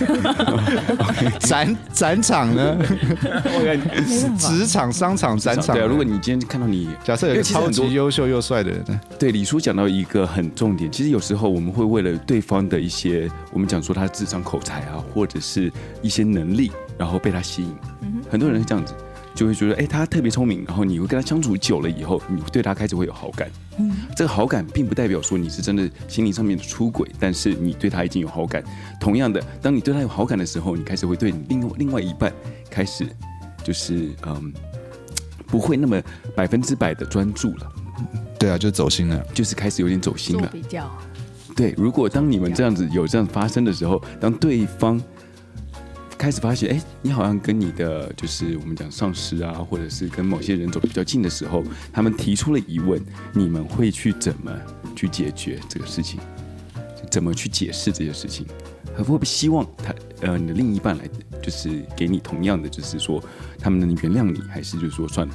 展展场呢？职场、商场、展场。 对啊，如果你今天看到你， 假设有一个超级优秀又帅的人， 对李叔讲到一个很重点，其实有时候我们会为了对方的一些，我们讲说他智商、口才啊，或者是一些能力，然后被他吸引。嗯、很多人是这样子。就会觉得，哎、欸，他特别聪明，然后你会跟他相处久了以后，你对他开始会有好感。嗯，这个好感并不代表说你是真的心灵上面的出轨，但是你对他已经有好感。同样的，当你对他有好感的时候，你开始会对你另另外一半开始就是嗯，不会那么百分之百的专注了。 对啊，就走心了， 就是开始有点走心了。 做比较。 对，如果当你们这样子有这样发生的时候，当对方开始发现，哎，你好像跟你的就是我们讲上司啊，或者是跟某些人走得比较近的时候，他们提出了疑问，你们会去怎么去解决这个事情？怎么去解释这些事情？会不会希望他呃你的另一半来就是给你同样的，就是说他们能原谅你，还是就是说算了，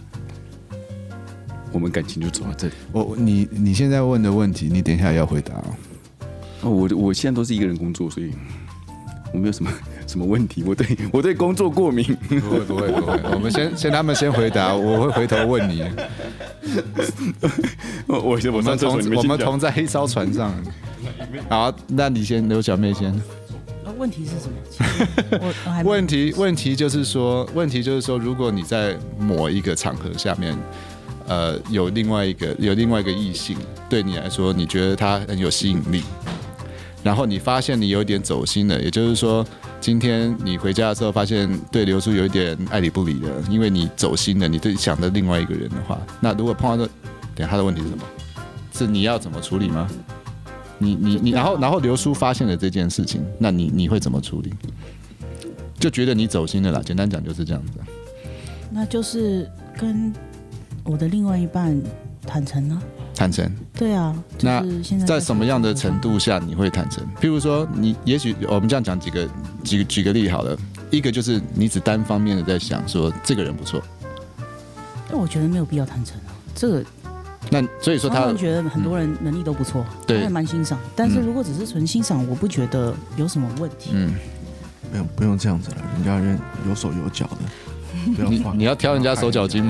我们感情就走到这里？ 我你你现在问的问题，你等一下要回答哦。 哦，我我现在都是一个人工作，所以我没有什么。什么问题？我对我对工作过敏。 不会不会不会，我们先先他们先回答，我会回头问你。 我我我们同我们同在一艘船上。好，那你先，刘小妹先。 问题是什么？我我还问题问题就是说，问题就是说，如果你在某一个场合下面，呃，有另外一个有另外一个异性，对你来说，你觉得他很有吸引力。然后你发现你有点走心了，也就是说，今天你回家的时候发现对刘叔有一点爱理不理的，因为你走心了，你对想着另外一个人的话，那如果碰到这，等下他的问题是什么？是你要怎么处理吗？你你你，然后然后刘叔发现了这件事情，那你你会怎么处理？就觉得你走心了啦，简单讲就是这样子。 那就是跟我的另外一半坦诚啊。 坦诚， 对啊。 那在什么样的程度下你会坦诚？譬如说，你也许我们这样讲几个举举个例好了。一个就是你只单方面的在想说这个人不错， 但我觉得没有必要坦诚啊。这个， 那所以说他觉得很多人能力都不错， 对， 我也蛮欣赏。但是如果只是纯欣赏，我不觉得有什么问题。嗯， 不用不用这样子了，人家人有手有脚的，不要你你要挑人家手脚筋吗？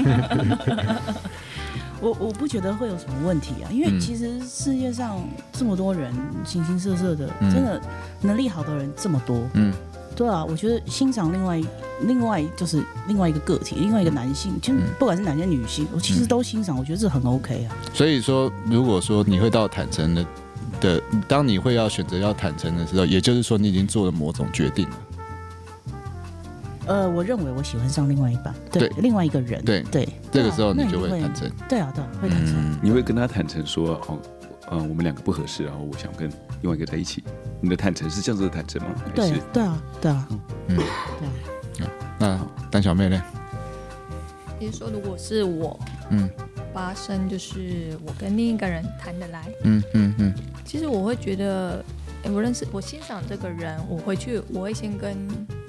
我我不觉得会有什么问题啊，因为其实世界上这么多人，形形色色的，真的能力好的人这么多，嗯，对啊，我觉得欣赏另外另外就是另外一个个体，另外一个男性，就不管是男性女性，我其实都欣赏，我觉得这很 OK 啊。 所以说，如果说你会到坦诚的的，当你会要选择要坦诚的时候，也就是说你已经做了某种决定了。 呃，我认为我喜欢上另外一半，对，另外一个人， 对对， 这个时候你就会坦诚， 对啊，对啊，会坦诚。 嗯、你会跟他坦诚说，哦，呃，我们两个不合适，然后我想跟另外一个在一起。你的坦诚是这样子的坦诚吗？ 对，对啊，对啊，嗯， 对啊。那丹小妹呢？ 比如说，如果是我，嗯，发生就是我跟另一个人谈得来，嗯嗯嗯，其实我会觉得，哎，我认识，我欣赏这个人，我回去我会先跟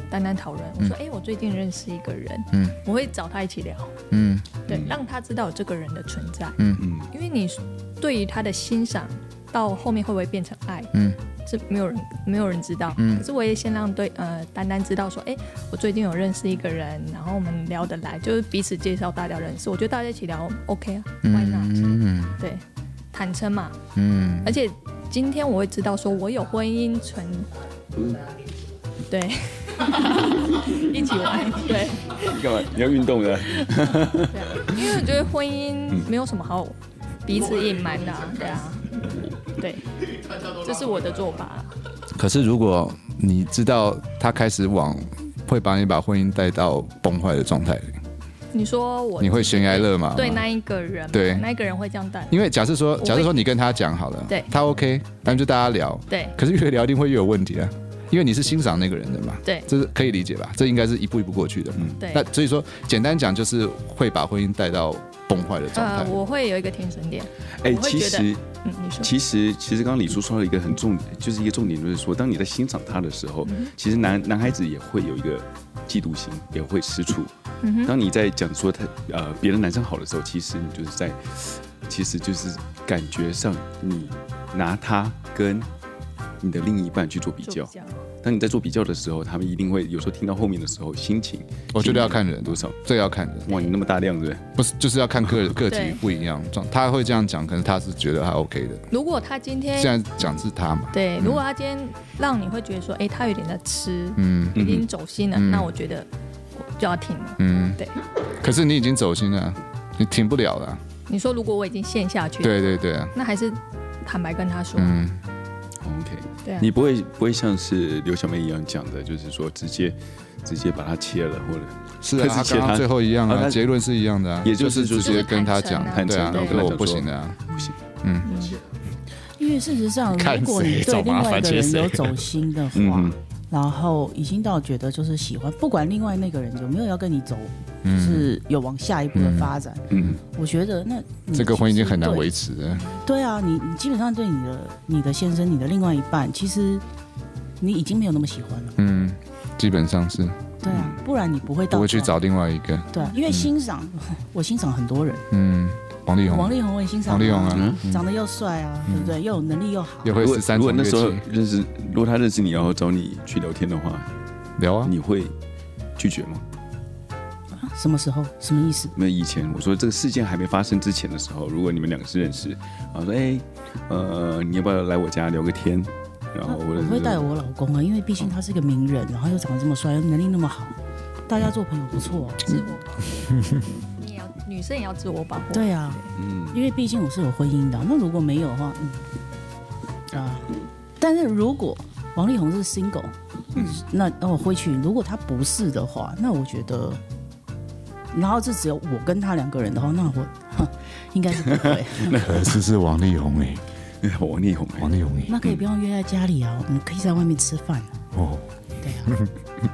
单单讨论。我说，哎、欸，我最近认识一个人，嗯，我会找他一起聊，嗯，对，让他知道有这个人的存在，嗯嗯，因为你对于他的欣赏，到后面会不会变成爱，嗯，是没有人没有人知道，嗯，可是我也先让对呃丹丹知道说，哎、欸，我最近有认识一个人，然后我们聊得来，就是彼此介绍大家认识，我觉得大家一起聊 OK 啊 ，Why not？嗯，对，坦诚嘛，嗯，而且今天我会知道说我有婚姻存，嗯、对。一起玩，对。 你干嘛？你要运动的。 对啊，因为我觉得婚姻没有什么好彼此隐瞒的、啊，对啊，对，这是我的做法。 可是如果你知道他开始往会把你把婚姻带到崩坏的状态里， 你说我你会悬崖勒马？ 对那一个人， 对那一个人会这样带。 因为假设说，假设说你跟他讲好了， 对， 他 OK， 但就大家聊， 对。 可是越聊一定会越有问题啊。因为你是欣赏那个人的嘛， 对， 这是可以理解吧？这应该是一步一步过去的嘛。 嗯、对。 那所以说，简单讲就是会把婚姻带到崩坏的状态。 呃，我会有一个停损点。 哎、欸，其实， 嗯，你说， 其实，其实刚刚李叔说了一个很重，就是一个重点，就是说，当你在欣赏他的时候，嗯、其实男男孩子也会有一个嫉妒心，也会吃醋。嗯、当你在讲说他呃别的男生好的时候，其实你就是在，其实就是感觉上你拿他跟你的另一半去做比较。当你在做比较的时候，他们一定会有时候听到后面的时候，心情我觉得要看人多少， 这个要看人。 哇，你那么大量，对不对？ 不是，就是要看个个体不一样。他会这样讲，可能他是觉得他 OK 的。 如果他今天现在讲是他嘛？ 对，如果他今天让你会觉得说，哎，他有点在吃，嗯，已经走心了，嗯、那我觉得就要停了。嗯，对。 可是你已经走心了，你停不了了。 你说如果我已经陷下去了， 对对对啊， 那还是坦白跟他说。嗯。 OK， 对、啊，你不会不会像是刘小妹一样讲的，就是说直接直接把它切了，或者是啊，他跟他最后一样啊，啊结论是一样的啊， 也就是直接跟他讲，对啊，跟我不行的啊， 不行， 嗯，因为事实上，如果你对另外一个人有走心的话，然后已经到觉得就是喜欢，不管另外那个人有没有要跟你走，就是有往下一步的发展，嗯，我觉得那这个婚姻已经很难维持了。 对啊，你你基本上对你的你的先生、你的另外一半，其实你已经没有那么喜欢了。 嗯，基本上是。 对啊，不然你不会到不会去找另外一个。 对啊，因为欣赏，我欣赏很多人。 嗯。王力宏， 王力宏我也欣赏。 王力宏啊， 长得又帅啊，对不对？又有能力又好。 又会十三种乐器。 如果那时候认识，如果他认识你，然后找你去聊天的话， 聊啊， 你会拒绝吗？ 什么时候？什么意思？ 没有以前，我说这个事件还没发生之前的时候，如果你们两个是认识，然后说，哎，呃，你要不要来我家聊个天？然后我我会带我老公啊，因为毕竟他是个名人，然后又长得这么帅，又能力那么好，大家做朋友不错。 自我保护。女生也要自我保护。 对啊，嗯，因为毕竟我是有婚姻的。那如果没有的话，嗯啊，但是如果王力宏是 single，嗯，那那我会去。如果他不是的话，那我觉得，然后这只有我跟他两个人的话，那我应该是不会。 可是是王力宏哎， 王力宏， 王力宏哎， 那可以不用约在家里啊，我们可以在外面吃饭。哦，对啊。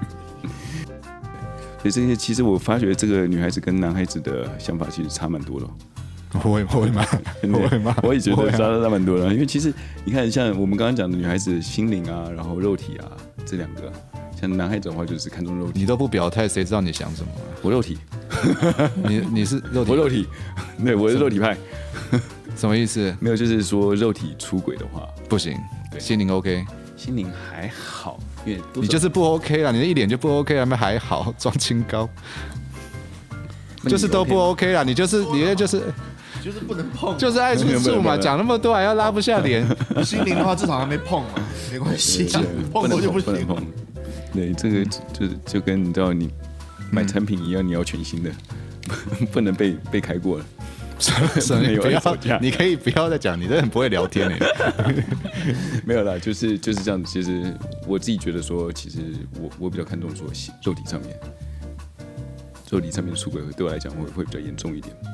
所以这些其实我发觉这个女孩子跟男孩子的想法其实差蛮多的。 我会我会吗？我会吗？ 我也觉得差差蛮多的，因为其实你看，像我们刚刚讲的女孩子心灵啊，然后肉体啊这两个，像男孩子的话就是看重肉体。 你都不表态，谁知道你想什么、啊？ 我肉体， 你你是肉体， 我肉体，对，我是肉体派。 什么意思？ 没有，就是说肉体出轨的话不行，对，心灵 OK， 心灵还好。 你就是不 OK 啦，你的一脸就不 OK 啦，那还好装清高，就是都不 OK 啦，你就是你就是就是不能碰， 就是爱出处嘛，讲那么多还要拉不下脸。 心灵的话至少还没碰嘛，没关系，碰过就不行。碰。 对，这个就就跟你知道你买产品一样，你要全新的，不能被被开过了。 你不要，你可以不要再讲，你真的很不会聊天哎。 没有啦，就是就是这样子。其实我自己觉得说，其实我我比较看重说肉体上面，肉体上面的出轨对我来讲会会比较严重一点。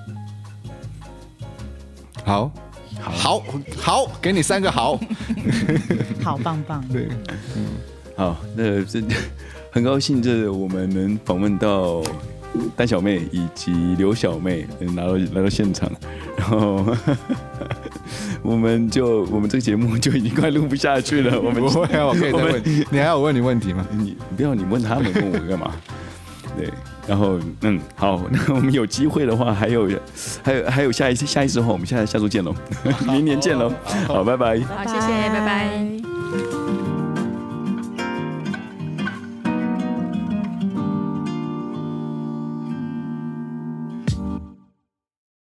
好，好，好，给你三个好， 好棒棒。 对， 嗯，好，那这很高兴，这我们能访问到丹小妹以及刘小妹来到来到现场，然后我们就我们这个节目就已经快录不下去了。我们不会啊，我可以再问你，你还要我问你问题吗？ 你不要，你问他们，问我干嘛？对，然后嗯，好，那我们有机会的话，还有还有还有下一次下一次后，我们下下周见喽，明年见喽，好，拜拜， 好，谢谢，拜拜。